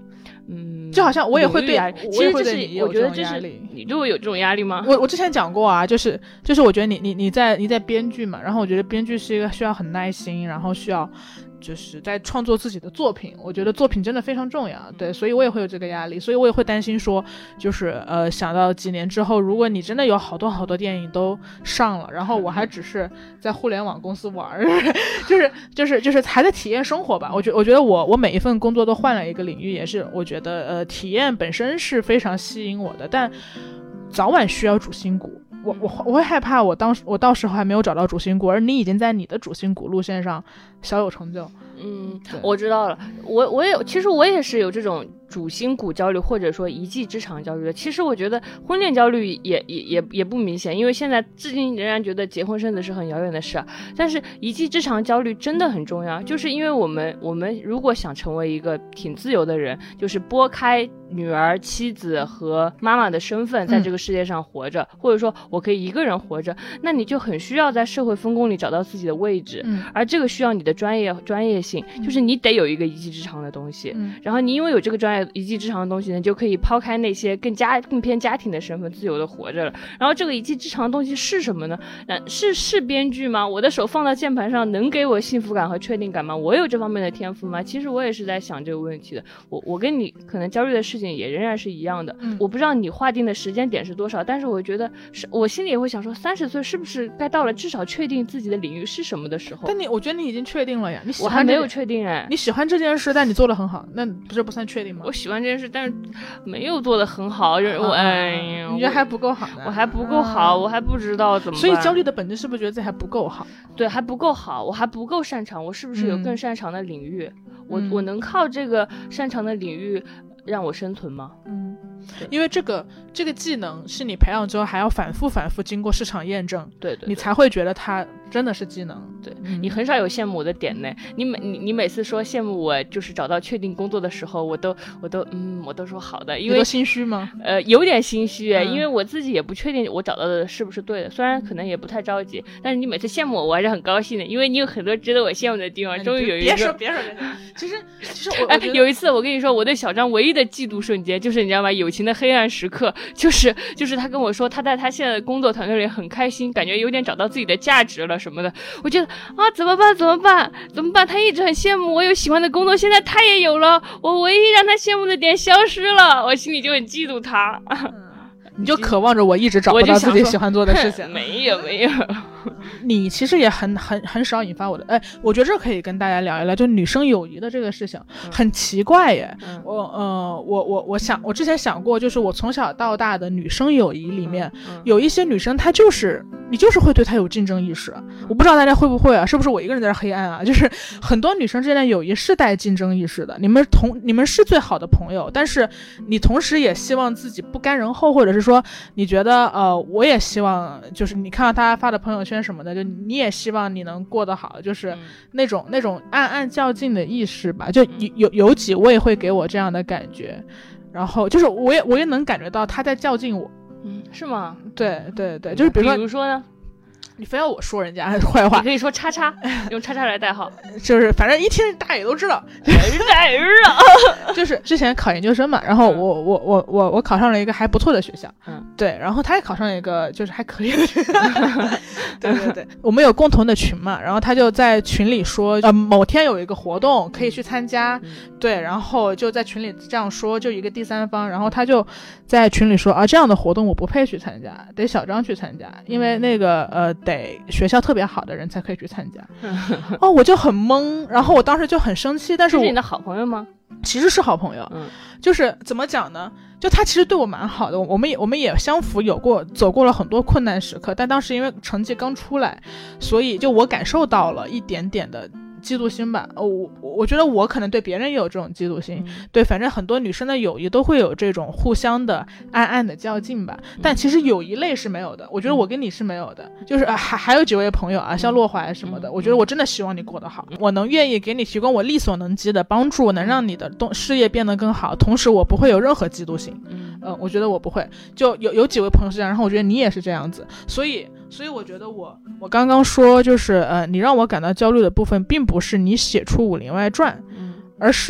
嗯， 就好像我也会对， 其实这是我觉得这是你对我有这种压力吗？ 我我之前讲过啊，就是就是我觉得你你你在你在编剧嘛，然后我觉得编剧是一个需要很耐心，然后需要就是在创作自己的作品，我觉得作品真的非常重要，对，所以我也会有这个压力，所以我也会担心说，就是呃想到几年之后，如果你真的有好多好多电影都上了，然后我还只是在互联网公司玩，就是就是就是还在体验生活吧。我觉我觉得我我每一份工作都换了一个领域，也是我觉得呃体验本身是非常吸引我的，但早晚需要主心骨。我我我会害怕我当时我到时候还没有找到主心骨，而你已经在你的主心骨路线上小有成就。 嗯，我知道了。我我也其实我也是有这种主心骨焦虑，或者说一技之长焦虑的。其实我觉得婚恋焦虑也也也也不明显，因为现在至今仍然觉得结婚生子是很遥远的事啊。但是一技之长焦虑真的很重要，就是因为我们我们如果想成为一个挺自由的人，就是拨开女儿、妻子和妈妈的身份在这个世界上活着，嗯、或者说我可以一个人活着，那你就很需要在社会分工里找到自己的位置，嗯、而这个需要你的专业专业性，就是你得有一个一技之长的东西，嗯、然后你因为有这个专业一技之长的东西呢，就可以抛开那些更加更偏家庭的身份，自由的活着了。然后这个一技之长的东西是什么呢？那是是编剧吗？我的手放到键盘上能给我幸福感和确定感吗？我有这方面的天赋吗？其实我也是在想这个问题的。我我跟你可能焦虑的事情也仍然是一样的。嗯、我不知道你划定的时间点是多少，但是我觉得是我心里也会想说，三十岁是不是该到了至少确定自己的领域是什么的时候？ 但你我觉得你已经确定了呀，你喜欢我还没有确定哎。 你喜欢这件事，但你做得很好，那不是不算确定吗？ 我喜欢这件事，但是没有做得很好，就是我、啊、哎呀， 你觉得还不够好呢？ 我还不够好，啊、我还不知道怎么办。 所以焦虑的本质是不是觉得自己还不够好？ 对，还不够好，我还不够擅长，我是不是有更擅长的领域？嗯、我我能靠这个擅长的领域让我生存吗？ 嗯，因为这个这个技能是你培养之后还要反复反复经过市场验证， 对 对, 对， 你才会觉得它真的是技能。 对、嗯、你很少有羡慕我的点呢。你每你你每次说羡慕我，就是找到确定工作的时候，我都我都嗯，我都说好的，因为你都心虚吗？ 呃，有点心虚、嗯，因为我自己也不确定我找到的是不是对的，虽然可能也不太着急，但是你每次羡慕我，我还是很高兴的，因为你有很多值得我羡慕的地方。终于有一个， 别说别说别说，其实其实我、 哎、有一次我跟你说，我对小张唯一的嫉妒瞬间，就是你知道吗？友情的黑暗时刻，就是就是他跟我说他在他现在的工作团队里很开心，感觉有点找到自己的价值了什么的。我觉得啊，怎么办怎么办怎么办？他一直很羡慕我有喜欢的工作，现在他也有了，我唯一让他羡慕的点消失了，我心里就很嫉妒他。嗯、 你就渴望着我一直找不到自己喜欢做的事情。 没有没有， 你其实也很很很少引发我的。哎，我觉得这可以跟大家聊一聊，就女生友谊的这个事情，嗯、很奇怪耶。嗯、我呃我我我想我之前想过，就是我从小到大的女生友谊里面，嗯嗯、有一些女生她就是你就是会对她有竞争意识。嗯、我不知道大家会不会啊？是不是我一个人在这黑暗啊？就是很多女生之间的友谊是带竞争意识的。你们同你们是最好的朋友，但是你同时也希望自己不甘人后，或者是说你觉得呃我也希望，就是你看到他发的朋友圈什么的，就你也希望你能过得好，就是那种、嗯、那种暗暗较劲的意识吧。就有有有几位会给我这样的感觉，然后就是我也我也能感觉到他在较劲我。 嗯，是吗？ 对对对，就是比如说， 比如说呢？ 你非要我说人家坏话， 你可以说叉叉，用叉叉来代号， 就是反正一听大家也都知道， 人啊， 就是之前考研究生嘛，然后我我我我我考上了一个还不错的学校，嗯，对，然后他也考上了一个就是还可以的学校，对对对，我们有共同的群嘛，然后他就在群里说，呃，某天有一个活动可以去参加，嗯、对，然后就在群里这样说，就一个第三方，然后他就在群里说啊，这样的活动我不配去参加，得小张去参加，因为那个呃。得学校特别好的人才可以去参加。哦，我就很懵，然后我当时就很生气，但是我是你的好朋友吗？ 其实是好朋友，嗯，就是怎么讲呢？就他其实对我蛮好的，我们也我们也相符，有过走过了很多困难时刻，但当时因为成绩刚出来，所以就我感受到了一点点的嫉妒心吧。哦，我我觉得我可能对别人也有这种嫉妒心，嗯、对，反正很多女生的友谊都会有这种互相的暗暗的较劲吧。嗯、但其实友谊类是没有的，我觉得我跟你是没有的，就是还还有几位朋友啊，像洛怀什么的，嗯、我觉得我真的希望你过得好，嗯、我能愿意给你提供我力所能及的帮助，能让你的动事业变得更好，同时我不会有任何嫉妒心。嗯，呃、我觉得我不会，就有有几位朋友是这样，然后我觉得你也是这样子，所以。所以我觉得我我刚刚说就是呃，你让我感到焦虑的部分，并不是你写出《武林外传》，嗯，而是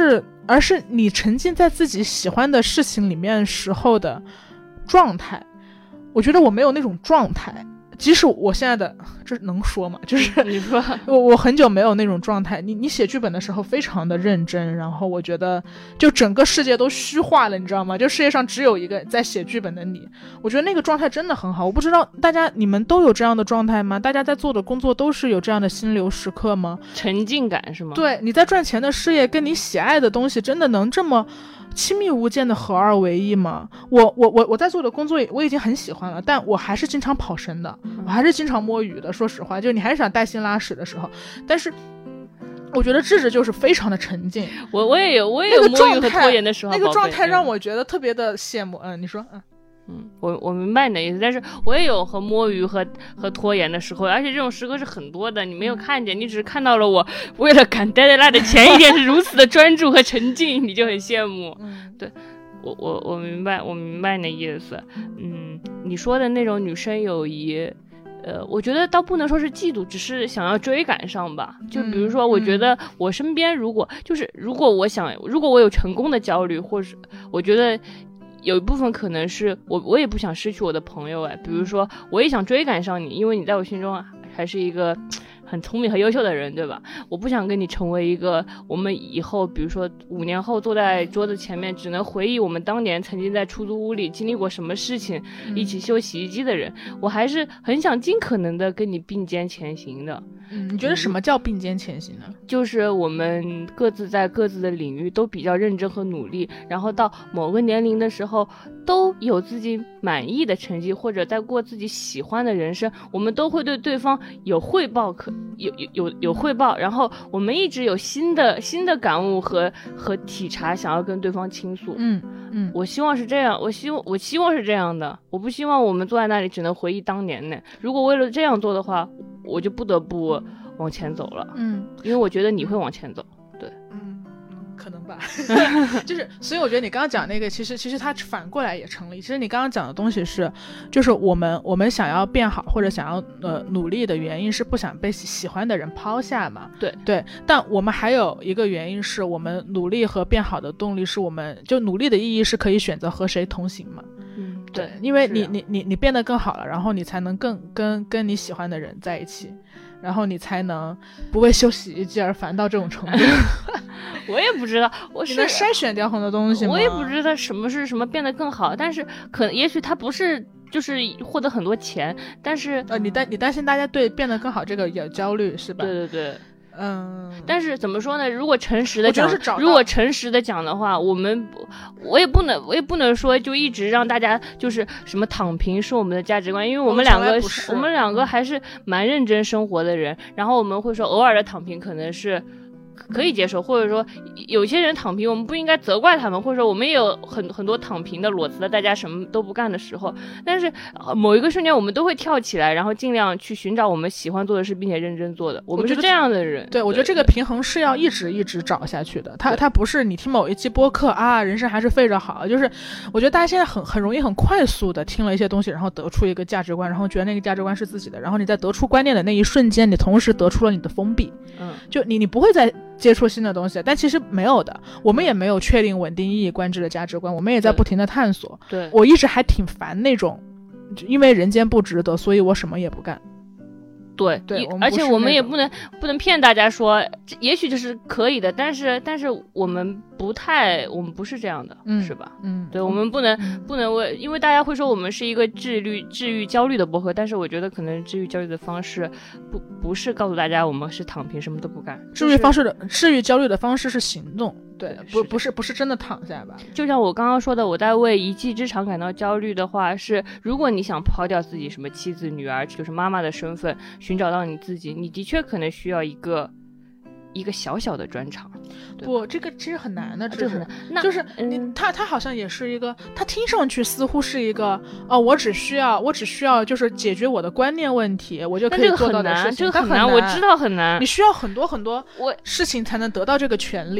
而是你沉浸在自己喜欢的事情里面时候的状态。我觉得我没有那种状态，即使我现在的这能说吗？就是你说我我很久没有那种状态。你你写剧本的时候非常的认真，然后我觉得就整个世界都虚化了，你知道吗？就世界上只有一个在写剧本的你。我觉得那个状态真的很好。我不知道大家你们都有这样的状态吗？大家在做的工作都是有这样的心流时刻吗？ 沉浸感是吗？ 对，你在赚钱的事业跟你喜爱的东西真的能这么亲密无间的合二为一吗？我我我我在做的工作我已经很喜欢了，但我还是经常跑神的，我还是经常摸鱼的。说实话，就你还是想带薪拉屎的时候，但是我觉得智智就是非常的沉浸。 我我也有我也有摸鱼和拖延的时候， 那个状态让我觉得特别的羡慕。嗯，你说，嗯。 嗯，我我明白你的意思，但是我也有和摸鱼和和拖延的时候，而且这种时刻是很多的，你没有看见，你只是看到了我为了赶 deadline 的前一天是如此的专注和沉浸，你就很羡慕。 嗯， 对，我我我明白，我明白你的意思。嗯，你说的那种女生友谊。呃，我觉得倒不能说是嫉妒，只是想要追赶上吧。就比如说，我觉得我身边如果、嗯、就是如果我想，如果我有成功的焦虑，或是我觉得有一部分可能是我我也不想失去我的朋友哎。比如说，我也想追赶上你，因为你在我心中还是一个很聪明和优秀的人，对吧？我不想跟你成为一个我们以后比如说五年后坐在桌子前面只能回忆我们当年曾经在出租屋里经历过什么事情、嗯、一起修洗衣机的人。我还是很想尽可能的跟你并肩前行的。 嗯，你觉得什么叫并肩前行呢？ 就是我们各自在各自的领域都比较认真和努力，然后到某个年龄的时候都有自己满意的成绩，或者在过自己喜欢的人生，我们都会对对方有汇报，可有有有有汇报，然后我们一直有新的新的感悟和和体察，想要跟对方倾诉。 嗯嗯， 我希望是这样，我希望我希望是这样的，我不希望我们坐在那里只能回忆当年呢。如果为了这样做的话，我就不得不往前走了。 嗯， 因为我觉得你会往前走。对， 嗯，可能吧。就是所以我觉得你刚刚讲那个其实其实它反过来也成立。其实你刚刚讲的东西是就是我们我们想要变好或者想要呃努力的原因是不想被喜欢的人抛下嘛。 对对，但我们还有一个原因是我们努力和变好的动力是我们就努力的意义是可以选择和谁同行嘛。 嗯， 对，因为你、啊、你你你变得更好了，然后你才能更跟跟你喜欢的人在一起，然后你才能不为修洗衣机而烦到这种程度。 我也不知道，我是你能筛选掉很多东西吗？ 我也不知道什么是什么变得更好，但是可能也许它不是就是获得很多钱，但是呃，你担你担心大家对变得更好这个有焦虑是吧？ 对对对。 嗯， 但是怎么说呢？如果诚实的讲，如果诚实的讲的话，我们我也不能，我也不能说就一直让大家就是什么躺平是我们的价值观，因为我们两个，我们两个还是蛮认真生活的人。然后我们会说，偶尔的躺平可能是可以接受，或者说有些人躺平，我们不应该责怪他们，或者说我们也有很很多躺平的裸辞的，大家什么都不干的时候。但是、呃、某一个瞬间，我们都会跳起来，然后尽量去寻找我们喜欢做的事，并且认真做的。我们是这样的人。 对，我觉得这个平衡是要一直一直找下去的。它它不是你听某一期播客啊，人生还是废着好。就是我觉得大家现在很很容易很快速的听了一些东西，然后得出一个价值观，然后觉得那个价值观是自己的，然后你在得出观念的那一瞬间，你同时得出了你的封闭。 嗯， 就你你不会再接触新的东西，但其实没有的，我们也没有确定稳定一以贯之的价值观，我们也在不停的探索。 对， 我一直还挺烦那种因为人间不值得所以我什么也不干。 对对，而且我们也不能不能骗大家说也许这是可以的，但是但是我们不太我们不是这样的、嗯、是吧？ 嗯， 对，我们不能、嗯、不能为因为大家会说我们是一个治愈治愈焦虑的播客，但是我觉得可能治愈焦虑的方式不不是告诉大家我们是躺平什么都不干， 治愈方式的治愈焦虑的方式是行动。对，不不是不是真的躺下吧。 就像我刚刚说的，我在为一技之长感到焦虑的话是，如果你想抛掉自己什么妻子女儿就是妈妈的身份，寻找到你自己，你的确可能需要一个一个小小的专长。 不，这个其实很难的，这是就是你、嗯、他他好像也是一个，他听上去似乎是一个哦，我只需要我只需要就是解决我的观念问题，我就可以做到的事情。 这个很难，这个很难，我知道很难， 你需要很多很多我事情才能得到这个权利。 我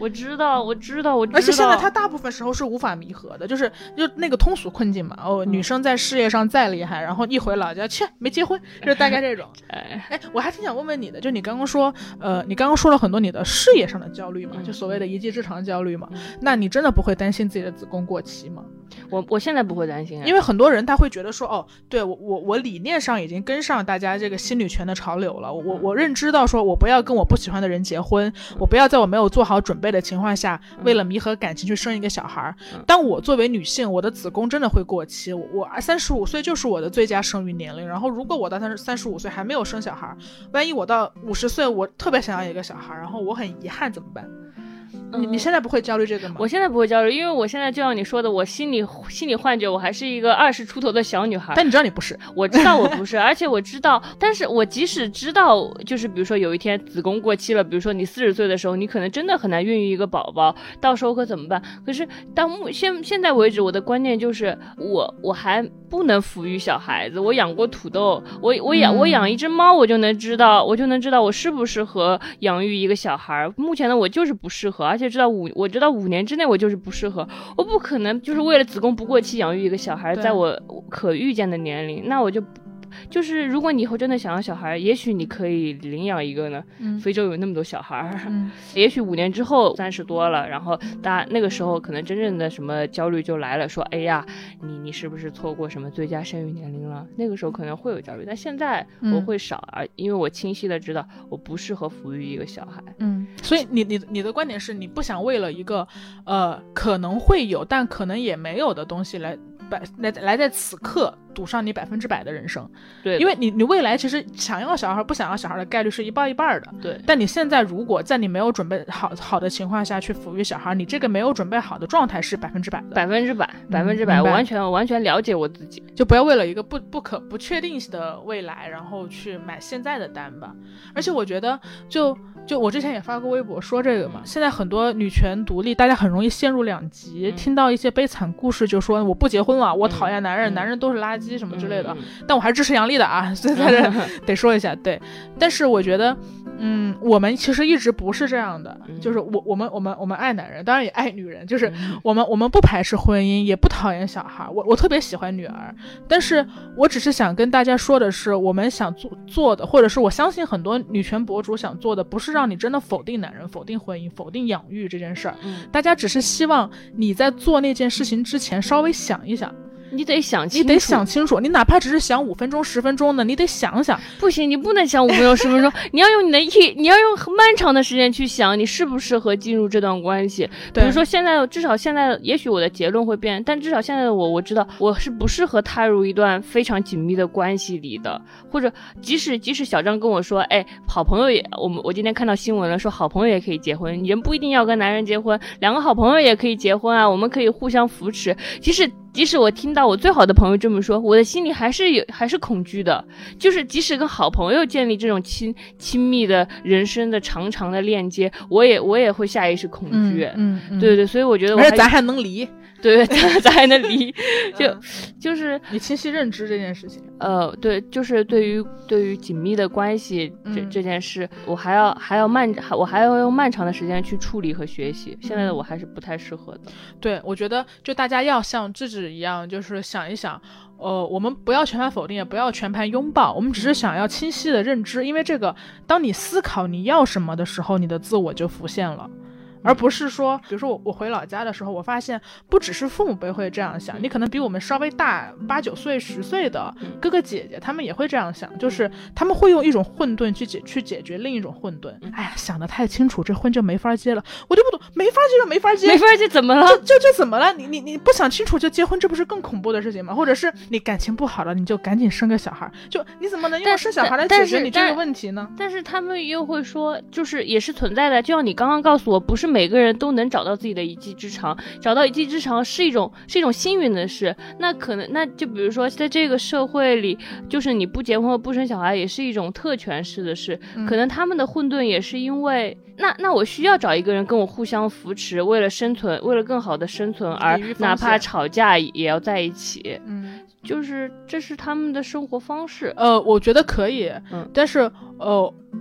我知道，我知道，我知道。 而且现在他大部分时候是无法弥合的，就是就那个通俗困境嘛。哦，女生在事业上再厉害，然后一回老家，切没结婚，就是大概这种。哎，我还挺想问问你的，就你刚刚说，呃，你刚刚说了很多你的事业上的焦虑嘛，就所谓的一技之长焦虑嘛。嗯、那你真的不会担心自己的子宫过期吗？ 我我现在不会担心、啊， 因为很多人他会觉得说，哦，对我我我理念上已经跟上大家这个新女权的潮流了，我我认知到说我不要跟我不喜欢的人结婚，我不要在我没有做好准备的情况下，为了弥合感情去生一个小孩。当我作为女性，我的子宫真的会过期，我我三十五岁就是我的最佳生育年龄，然后如果我到三三十五岁还没有生小孩，万一我到五十岁我特别想要一个小孩，然后我很遗憾怎么办？你你现在不会焦虑这个吗？ 我现在不会焦虑，因为我现在就像你说的，我心里心理幻觉，我还是一个二十出头的小女孩。 但你知道你不是， 我知道我不是，而且我知道，但是我即使知道，就是比如说有一天子宫过期了，比如说你四十岁的时候，你可能真的很难孕育一个宝宝，到时候可怎么办？可是到目现现在为止，我的观念就是我我还不能抚育小孩子。我养过土豆，我我养、嗯、我养一只猫，我就能知道，我就能知道我适不适合养育一个小孩。目前呢，我就是不适合，而且知道五我知道五年之内我就是不适合，我不可能就是为了子宫不过期养育一个小孩，在我可预见的年龄，那我就就是如果你以后真的想要小孩，也许你可以领养一个呢、嗯、非洲有那么多小孩、嗯、也许五年之后三十多了，然后大家那个时候可能真正的什么焦虑就来了，说哎呀你你是不是错过什么最佳生育年龄了，那个时候可能会有焦虑，但现在我会少、嗯、因为我清晰的知道我不适合抚育一个小孩。 嗯，所以你你你的观点是你不想为了一个呃可能会有但可能也没有的东西来来来在此刻赌上你百分之百的人生。 对， 因为你你未来其实想要小孩不想要小孩的概率是一半一半的。 对， 但你现在如果在你没有准备好好的情况下去抚育小孩，你这个没有准备好的状态是百分之百的。 百分之百，百分之百，我完全我完全了解我自己。 就不要为了一个不不可不确定的未来，然后去买现在的单吧。而且我觉得就就我之前也发过微博说这个嘛，现在很多女权独立，大家很容易陷入两极、嗯、听到一些悲惨故事就说我不结婚了，我讨厌男人、嗯、男人都是垃圾什么之类的、嗯、但我还是支持杨笠的啊，所以在这得说一下。对，但是我觉得嗯，我们其实一直不是这样的、嗯、就是我我们我们我们爱男人，当然也爱女人，就是我们我们不排斥婚姻，也不讨厌小孩。我我特别喜欢女儿，但是我只是想跟大家说的是，我们想做做的，或者是我相信很多女权博主想做的，不是让你真的否定男人、否定婚姻、否定养育这件事儿、嗯、大家只是希望你在做那件事情之前稍微想一想， 你得想清楚， 你得想清楚，你哪怕只是想五分钟十分钟的，你得想想。 不行，你不能想五分钟十分钟你要用你的一你要用漫长的时间去想你适不适合进入这段关系。比如说现在至少现在也许我的结论会变，但至少现在的我我知道我是不适合踏入一段非常紧密的关系里的，或者即使即使小张跟我说哎，好朋友也我们我今天看到新闻了，说好朋友也可以结婚，人不一定要跟男人结婚，两个好朋友也可以结婚啊，我们可以互相扶持。即使即使我听到我最好的朋友这么说，我的心里还是有还是恐惧的，就是即使跟好朋友建立这种亲亲密的人生的长长的链接，我也我也会下意识恐惧。嗯 嗯, 嗯对对，所以我觉得我而且咱还能离， 对咱咱还能离就、嗯、就是你清晰认知这件事情。 呃对，就是对于对于紧密的关系这、嗯、这件事，我还要还要漫我还要用漫长的时间去处理和学习，现在的我还是不太适合的。 对，我觉得就大家要像智智一样，就是想一想呃，我们不要全盘否定，也不要全盘拥抱，我们只是想要清晰的认知，因为这个当你思考你要什么的时候，你的自我就浮现了，而不是说比如说我我回老家的时候，我发现不只是父母辈会这样想，你可能比我们稍微大八九岁十岁的哥哥姐姐他们也会这样想，就是他们会用一种混沌去解去解决另一种混沌。哎呀，想得太清楚，这婚就没法结了，我就不懂，没法结就没法结， 没法结怎么了？ 就就就怎么了？你你你不想清楚就结婚，这不是更恐怖的事情吗？或者是你感情不好了，你就赶紧生个小孩，就你怎么能用生小孩来解决你这个问题呢？ 但 是, 但是他们又会说，就是也是存在的，就像你刚刚告诉我，不是每个人都能找到自己的一技之长，找到一技之长是一种是一种幸运的事。那可能那就比如说在这个社会里，就是你不结婚和不生小孩也是一种特权式的事、嗯、可能他们的混沌也是因为那那我需要找一个人跟我互相扶持，为了生存，为了更好的生存而哪怕吵架也要在一起。嗯，就是这是他们的生活方式。 呃，我觉得可以，嗯，但是呃，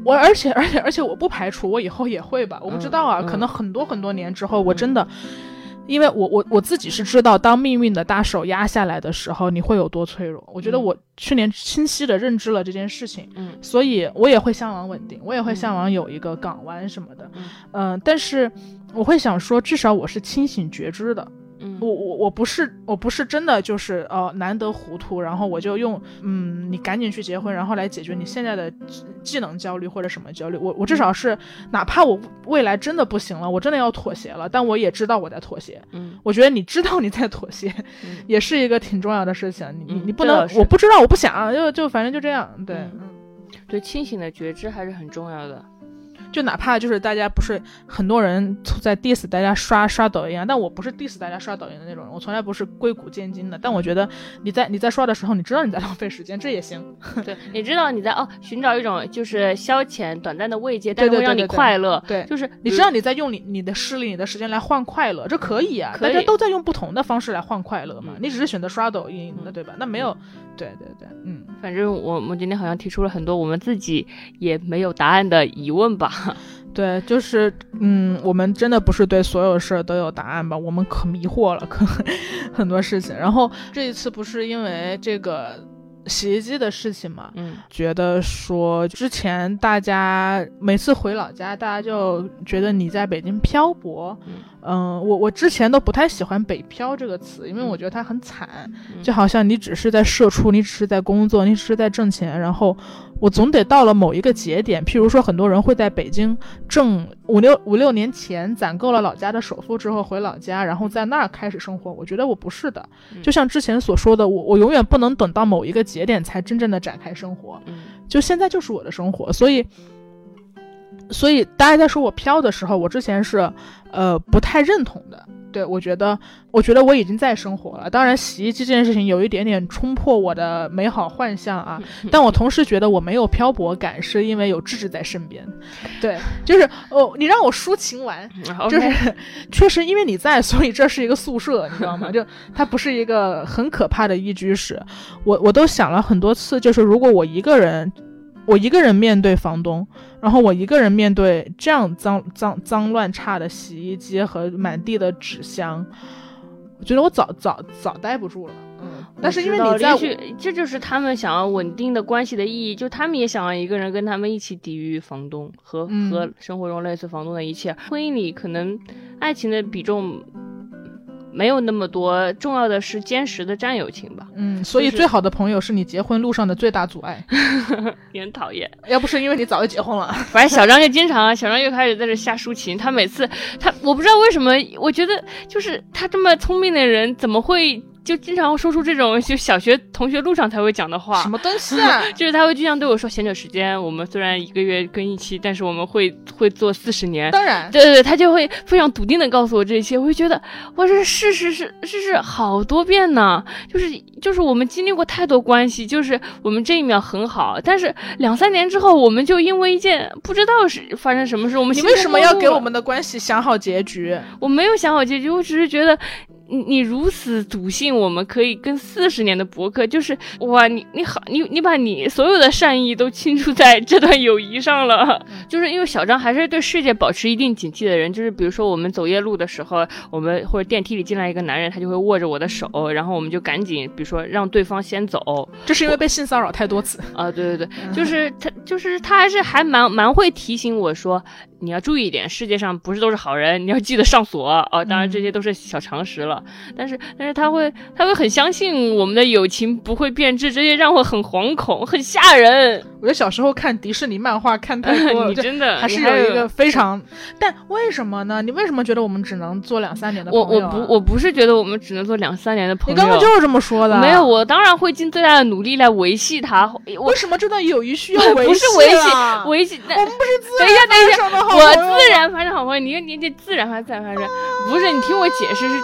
我而且而且而且我不排除我以后也会吧，我不知道啊， 嗯嗯、 可能很多很多年之后，我真的。因为我我我自己是知道，当命运的大手压下来的时候，你会有多脆弱。我觉得我去年清晰的认知了这件事情，嗯，所以我也会向往稳定，我也会向往有一个港湾什么的，嗯、呃，但是我会想说，至少我是清醒觉知的。嗯，我我我不是我不是真的就是呃难得糊涂，然后我就用嗯你赶紧去结婚，然后来解决你现在的技能焦虑或者什么焦虑。我我至少是哪怕我未来真的不行了，我真的要妥协了，但我也知道我在妥协。嗯，我觉得你知道你在妥协，嗯、也是一个挺重要的事情。你你你不能，我不知道，我不想，就就反正就这样。对，嗯， 对，清醒的觉知还是很重要的。 就哪怕就是大家不是很多人在 diss 大家刷刷抖音啊，但我不是 diss 大家刷抖音的那种人，我从来不是归古见今的。但我觉得你在你在刷的时候，你知道你在浪费时间，这也行。 对，你知道你在哦寻找一种就是消遣短暂的慰藉，但是会让你快乐。 对， 就是你知道你在用你你的视力、你的时间来换快乐，这可以啊。 可以， 大家都在用不同的方式来换快乐嘛。嗯、你只是选择刷抖音的，对吧？那没有，对对对，嗯。 反正我们今天好像提出了很多我们自己也没有答案的疑问吧。 对，就是嗯，我们真的不是对所有事儿都有答案吧？我们可迷惑了，可很多事情。然后这一次不是因为这个洗衣机的事情嘛，嗯，觉得说之前大家每次回老家，大家就觉得你在北京漂泊，嗯，呃、我我之前都不太喜欢北漂这个词，因为我觉得它很惨，嗯、就好像你只是在社畜，你只是在工作，你只是在挣钱，然后我总得到了某一个节点，譬如说很多人会在北京挣五六五六年前攒够了老家的首付之后回老家，然后在那儿开始生活。我觉得我不是的，就像之前所说的，我我永远不能等到某一个节点才真正的展开生活，就现在就是我的生活。所以所以大家在说我飘的时候，我之前是呃不太认同的。对，我觉得我觉得我已经在生活了。当然洗衣机这件事情有一点点冲破我的美好幻象啊，但我同时觉得我没有漂泊感，是因为有智智在身边。对，就是哦，你让我抒情完，就是确实因为你在，所以这是一个宿舍，你知道吗？就它不是一个很可怕的一居室。我我都想了很多次，就是如果我一个人我一个人面对房东，然后我一个人面对这样脏脏脏乱差的洗衣机和满地的纸箱，我觉得我早早早待不住了。嗯，但是因为你在， 这就是他们想要稳定的关系的意义，就他们也想要一个人跟他们一起抵御房东和、嗯、和生活中类似房东的一切。婚姻里可能爱情的比重没有那么多，重要的是坚实的战友情吧。 嗯，所以最好的朋友是你结婚路上的最大阻碍。 你很讨厌， 要不是因为你早就结婚了。 反正小张就经常，小张又开始在这瞎抒情。他每次他，我不知道为什么，我觉得就是他这么聪明的人，怎么会就经常说出这种就小学同学路上才会讲的话？ 什么东西啊？ 就是他会经常对我说，闲者时间我们虽然一个月更一期，但是我们会会做四十年。 当然， 对对对，他就会非常笃定的告诉我这一切。我会觉得，我这事实是事实好多遍呢，就是就是我们经历过太多关系，就是我们这一秒很好，但是两三年之后，我们就因为一件不知道是发生什么事，我们你为什么要给我们的关系想好结局？ 我没有想好结局，我只是觉得。你你如此笃信我们可以跟四十年的博客，就是哇，你你好，你你把你所有的善意都倾注在这段友谊上了。嗯、就是因为小张还是对世界保持一定警惕的人，就是比如说我们走夜路的时候，我们或者电梯里进来一个男人，他就会握着我的手，然后我们就赶紧，比如说让对方先走。 这是因为被性骚扰太多次啊，对对对，嗯、就是他就是他还是还蛮蛮会提醒我说。你要注意一点，世界上不是都是好人，你要记得上锁哦。当然这些都是小常识了，嗯、但是但是他会他会很相信我们的友情不会变质，这些让我很惶恐，很吓人。 我觉得小时候看迪士尼漫画看太多了， 你真的还是有一个非常，但为什么呢？你为什么觉得我们只能做两三年的朋友、啊？ 我我不我不是觉得我们只能做两三年的朋友， 你刚刚就是这么说的。 没有，我当然会尽最大的努力来维系它。 为什么这段友谊需要维系？ 不是维系，维系。 我们不是自然发生的好朋友。 我自然发生好朋友，你你你自然发自然发生，不是你听我解释是这样的，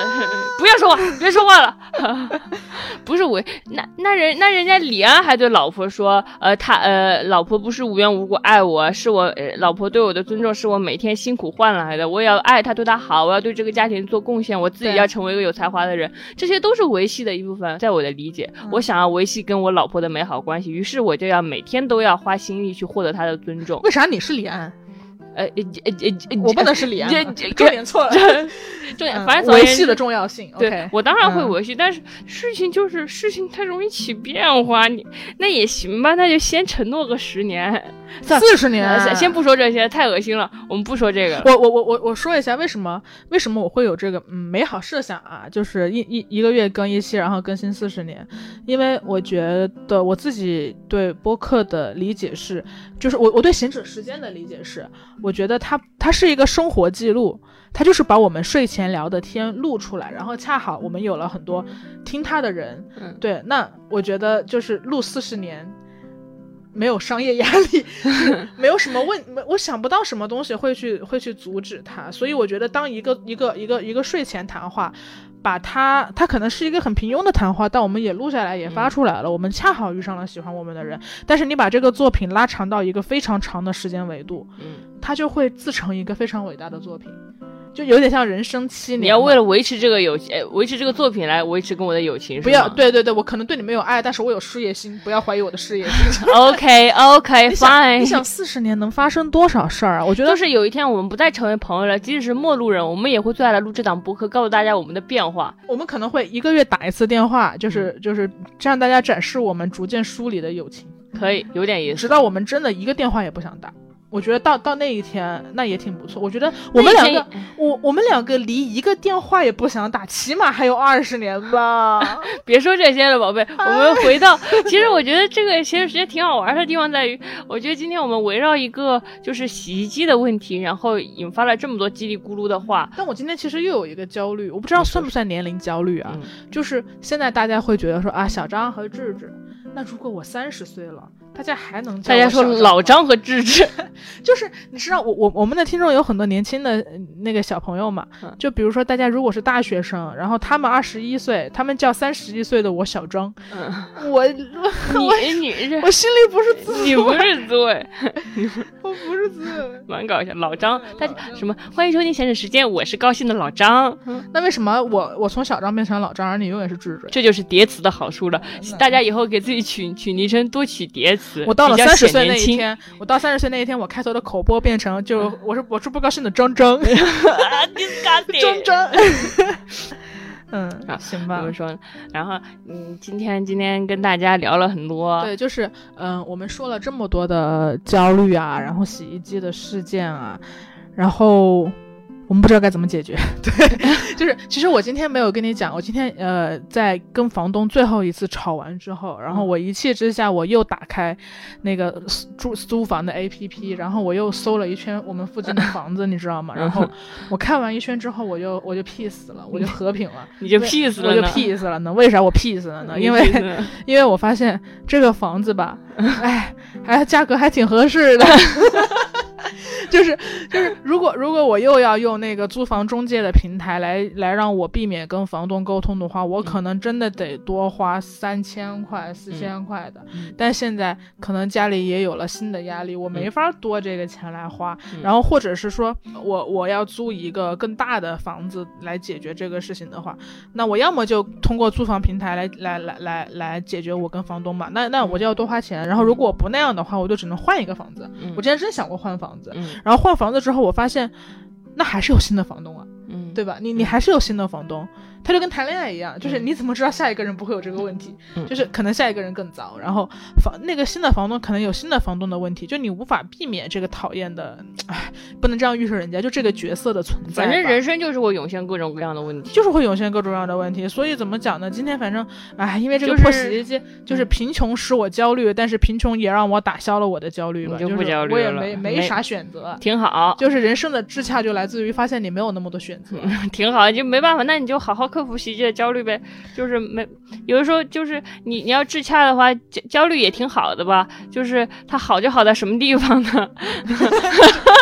不要说话，别说话了。不是我，那那人那人家李安还对老婆说，呃，他呃，老婆不是无缘无故爱我，是我、呃、老婆对我的尊重是我每天辛苦换来的，我也要爱她，对她好，我要对这个家庭做贡献，我自己要成为一个有才华的人，这些都是维系的一部分。在我的理解，嗯、我想要维系跟我老婆的美好关系，于是我就要每天都要花心力去获得她的尊重。 为啥你是李安？ 呃呃呃， 我不能是李安，重点错了。 重点，反正维系的重要性。 对， okay, 我当然会维系，嗯、但是事情就是事情太容易起变化，你那也行吧，那就先承诺个十年、 四十年， 先先不说这些，太恶心了，我们不说这个了。 我我我我我说一下为什么为什么我会有这个嗯美好设想啊，就是一一一个月更一期，然后更新四十年，因为我觉得我自己对播客的理解是，就是我我对闲者时间的理解是。我觉得它它是一个生活记录，它就是把我们睡前聊的天录出来，然后恰好我们有了很多听它的人，嗯、对，那我觉得就是录四十年，没有商业压力，没有什么问，我想不到什么东西会去会去阻止它，所以我觉得当一个一个一个一个睡前谈话。把它，它可能是一个很平庸的谈话，但我们也录下来，也发出来了。嗯、我们恰好遇上了喜欢我们的人，但是你把这个作品拉长到一个非常长的时间维度，嗯，它就会自成一个非常伟大的作品，就有点像人生七年。 你要为了维持这个友情，维持这个作品来维持跟我的友情， 不要，对对对，我可能对你没有爱，但是我有事业心，不要怀疑我的事业心。 OK OK Fine。 你想四十年能发生多少事儿啊？我觉得就是有一天我们不再成为朋友了，即使是陌路人，我们也会坐下来录这档播客，告诉大家我们的变化。 我们可能会一个月打一次电话，就是就是这样，大家展示我们逐渐疏离的友情， 可以有点意思。 直到我们真的一个电话也不想打，我觉得到到那一天那也挺不错。我觉得我们两个，我我们两个离一个电话也不想打，起码还有二十年吧。 别说这些了，宝贝，我们回到，其实我觉得这个其实时间挺好玩的地方在于，我觉得今天我们围绕一个就是洗衣机的问题，然后引发了这么多叽里咕噜的话。 但我今天其实又有一个焦虑，我不知道算不算年龄焦虑啊？嗯、就是现在大家会觉得说啊，小张和智智，那如果我三十岁了，大家还能叫我大家说老张和智智， 就是你知道我我我们的听众有很多年轻的那个小朋友嘛，嗯、就比如说大家如果是大学生，然后他们二十一岁，他们叫三十一岁的我小张，嗯、我你你我心里不是滋味， 你不是滋味， 我不是滋味， 蛮搞笑。老张，大家什么欢迎收听闲着时间，我是高兴的老张。 嗯、那为什么我我从小张变成老张，而你永远是智智？ 这就是叠词的好处了。大家以后给自己取取昵称，多取叠词。 我到了三十岁那一天，我到三十岁那一天，我开头的口播变成就我是我是不高兴的张张，张张。嗯，行吧。 怎么说？然后，嗯，今天今天跟大家聊了很多， 对，就是嗯、呃，我们说了这么多的焦虑啊，然后洗衣机的事件啊，然后。我们不知道该怎么解决，对，就是其实我今天没有跟你讲，我今天呃在跟房东最后一次吵完之后，然后我一气之下我又打开那个租租房的 A P P， 然后我又搜了一圈我们附近的房子，你知道吗？然后我看完一圈之后，我就我就 peace 了，我就和平了， 你就 peace 了， 我就 peace 了呢？为啥我 peace 了呢？因为因为我发现这个房子吧，哎，还价格还挺合适的。就是就是如果如果我又要用那个租房中介的平台来来让我避免跟房东沟通的话，我可能真的得多花三千块四千块的、嗯、但现在可能家里也有了新的压力，我没法多这个钱来花、嗯、然后或者是说我我要租一个更大的房子来解决这个事情的话，那我要么就通过租房平台来来来来来解决我跟房东吧，那那我就要多花钱，然后如果我不那样的话，我就只能换一个房子、嗯、我之前真想过换房子、嗯然后换房子之后我发现那还是有新的房东啊，嗯，对吧？你你还是有新的房东，他就跟谈恋爱一样，就是你怎么知道下一个人不会有这个问题、嗯、就是可能下一个人更糟，然后房那个新的房东可能有新的房东的问题，就你无法避免这个讨厌的，唉，不能这样预设人家，就这个角色的存在， 反正人生就是会涌现各种各样的问题， 就是会涌现各种各样的问题，所以怎么讲呢？今天反正唉，因为这个破洗衣机、就是、就是贫穷使我焦虑、嗯、但是贫穷也让我打消了我的焦虑吧， 你就不焦虑了， 就是我也没没啥选择， 挺好， 就是人生的智恰就来自于发现你没有那么多选择、 嗯、挺好，就没办法，那你就好好克服洗衣机的焦虑呗，就是没有的时候就是你你要智恰的话，焦焦虑也挺好的吧，就是它好就好在什么地方呢？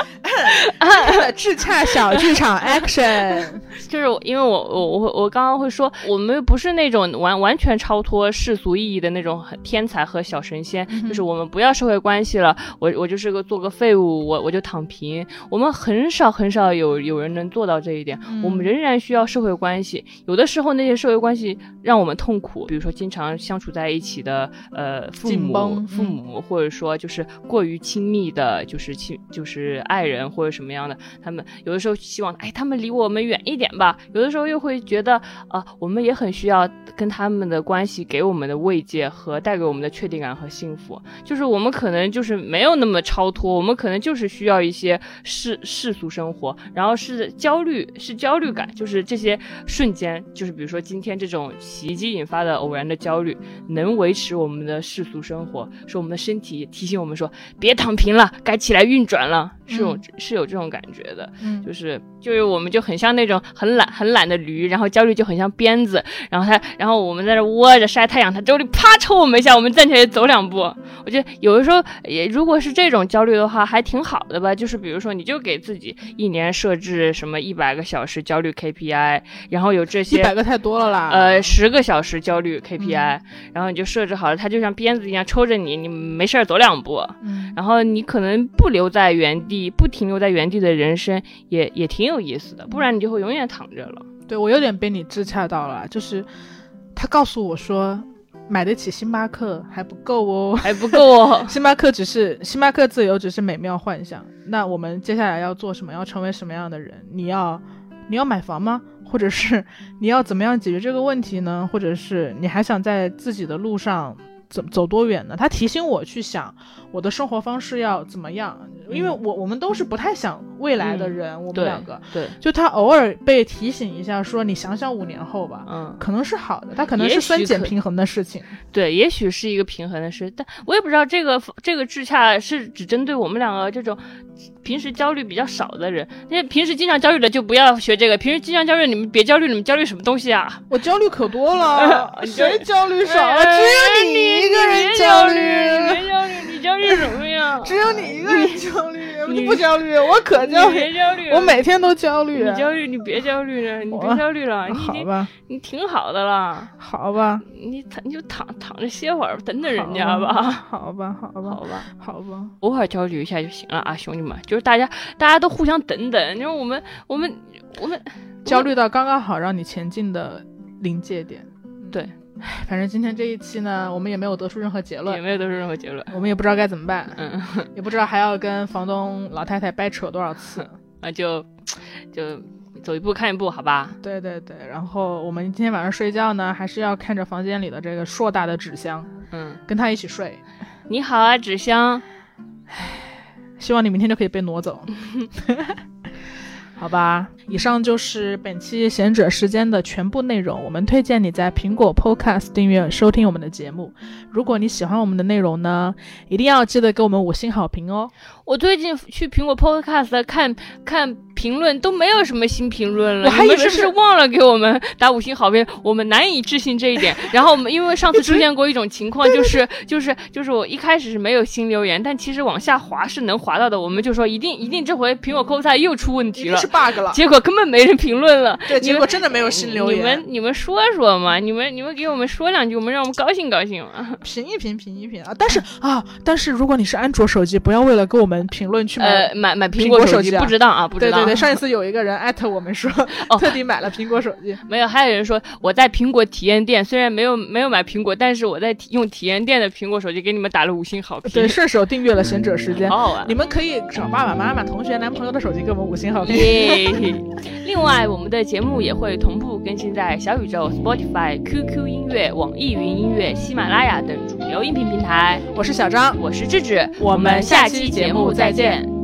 智洽小剧场 action。 就是因为我我我我刚刚会说，我们不是那种完完全超脱世俗意义的那种天才和小神仙，嗯、就是我们不要社会关系了，我我就是个做个废物，我我就躺平。我们很少很少有有人能做到这一点，嗯、我们仍然需要社会关系。有的时候那些社会关系让我们痛苦，比如说经常相处在一起的呃父母父母，或者说就是过于亲密的，就是亲就是爱人或者什么样的，他们有的时候希望哎他们离我们远一点吧，有的时候又会觉得啊、呃，我们也很需要跟他们的关系给我们的慰藉和带给我们的确定感和幸福。就是我们可能就是没有那么超脱，我们可能就是需要一些世世俗生活，然后是焦虑是焦虑感，就是这些瞬间，就是比如说今天这种洗衣机引发的偶然的焦虑，能维持我们的世俗生活，是我们的身体提醒我们说别躺平了，该起来运转了，是有、嗯、是有这种感觉的，嗯、就是就是我们就很像那种很懒很懒的驴，然后焦虑就很像鞭子，然后它然后我们在这窝着晒太阳，它周里啪抽我们一下，我们站起来走两步。我觉得有的时候也如果是这种焦虑的话还挺好的吧，就是比如说你就给自己一年设置什么一百个小时焦虑 K P I， 然后有这些一百个太多了啦， 呃十个小时焦虑 K P I，嗯、然后你就设置好了，它就像鞭子一样抽着你，你没事走两步，嗯、然后你可能不留在原地，不停留在原地的人生也也挺有意思的，不然你就会永远躺着了。 对，我有点被你智洽到了，就是他告诉我说买得起星巴克还不够哦， 还不够哦。 星巴克只是星巴克自由只是美妙幻想，那我们接下来要做什么，要成为什么样的人？你要你要买房吗？或者是你要怎么样解决这个问题呢？或者是你还想在自己的路上走走多远呢？他提醒我去想我的生活方式要怎么样，因为我我们都是不太想未来的人，嗯、我们两个， 对， 就他偶尔被提醒一下，说你想想五年后吧，嗯，可能是好的，他可能是酸碱平衡的事情， 对，也许是一个平衡的事，但我也不知道这个这个智洽是只针对我们两个这种平时焦虑比较少的人，那平时经常焦虑的就不要学这个，平时经常焦虑你们别焦虑，你们焦虑什么东西啊？ 我焦虑可多了，谁焦虑少了？只有你一个人焦虑， 别焦虑，你焦虑什么呀？ 只有你一个人焦虑，你不焦虑，我可焦虑， 别焦虑， 我每天都焦虑。 你焦虑，你别焦虑了，你别焦虑了，你好吧， 你挺好的了， 好吧， 你你就躺躺着歇会儿，等等人家吧， 好吧，好吧， 好吧， 好吧， 偶尔焦虑一下就行了啊，兄弟们，就是大家大家都互相等等，因为我们我们我们焦虑到刚刚好让你前进的临界点， 对。 反正今天这一期呢，我们也没有得出任何结论， 也没有得出任何结论， 我们也不知道该怎么办， 嗯， 也不知道还要跟房东老太太掰扯多少次， 啊，就就走一步看一步，好吧？ 对对对，然后我们今天晚上睡觉呢，还是要看着房间里的这个硕大的纸箱，嗯，跟他一起睡。 你好啊，纸箱， 希望你明天就可以被挪走。好吧，以上就是本期贤者时间的全部内容。我们推荐你在苹果 Podcast 订阅收听我们的节目。如果你喜欢我们的内容呢，一定要记得给我们五星好评哦。 我最近去苹果 Podcast 看看评论都没有什么新评论了， 我还以为是你们是不是忘了给我们打五星好评？我们难以置信这一点。然后我们因为上次出现过一种情况，就是就是就是我一开始是没有新留言，但其实往下滑是能滑到的，我们就说一定一定这回苹果 Podcast 又出问题了， 是 bug 了， 结果根本没人评论了。 对，结果真的没有新留言。 你们你们说说嘛，你们你们给我们说两句，我们让我们高兴高兴嘛。 评一评评一评啊！但是啊，但是如果你是安卓手机，不要为了给我们评论去买呃买买苹果手机， 不值当啊，不值当。 对对对，上一次有一个人艾特我们说，哦、特地买了苹果手机。 没有，还有人说我在苹果体验店，虽然没有没有买苹果，但是我在体用体验店的苹果手机给你们打了五星好评。 对，顺手订阅了贤者时间。 好好玩。 你们可以找爸爸妈妈、同学、男朋友的手机给我们五星好评。 另外，我们的节目也会同步更新在小宇宙、Spotify、Q Q 音乐、网易云音乐、喜马拉雅等主流音频平台。 我是小张， 我是智智， 我们下期节目再见。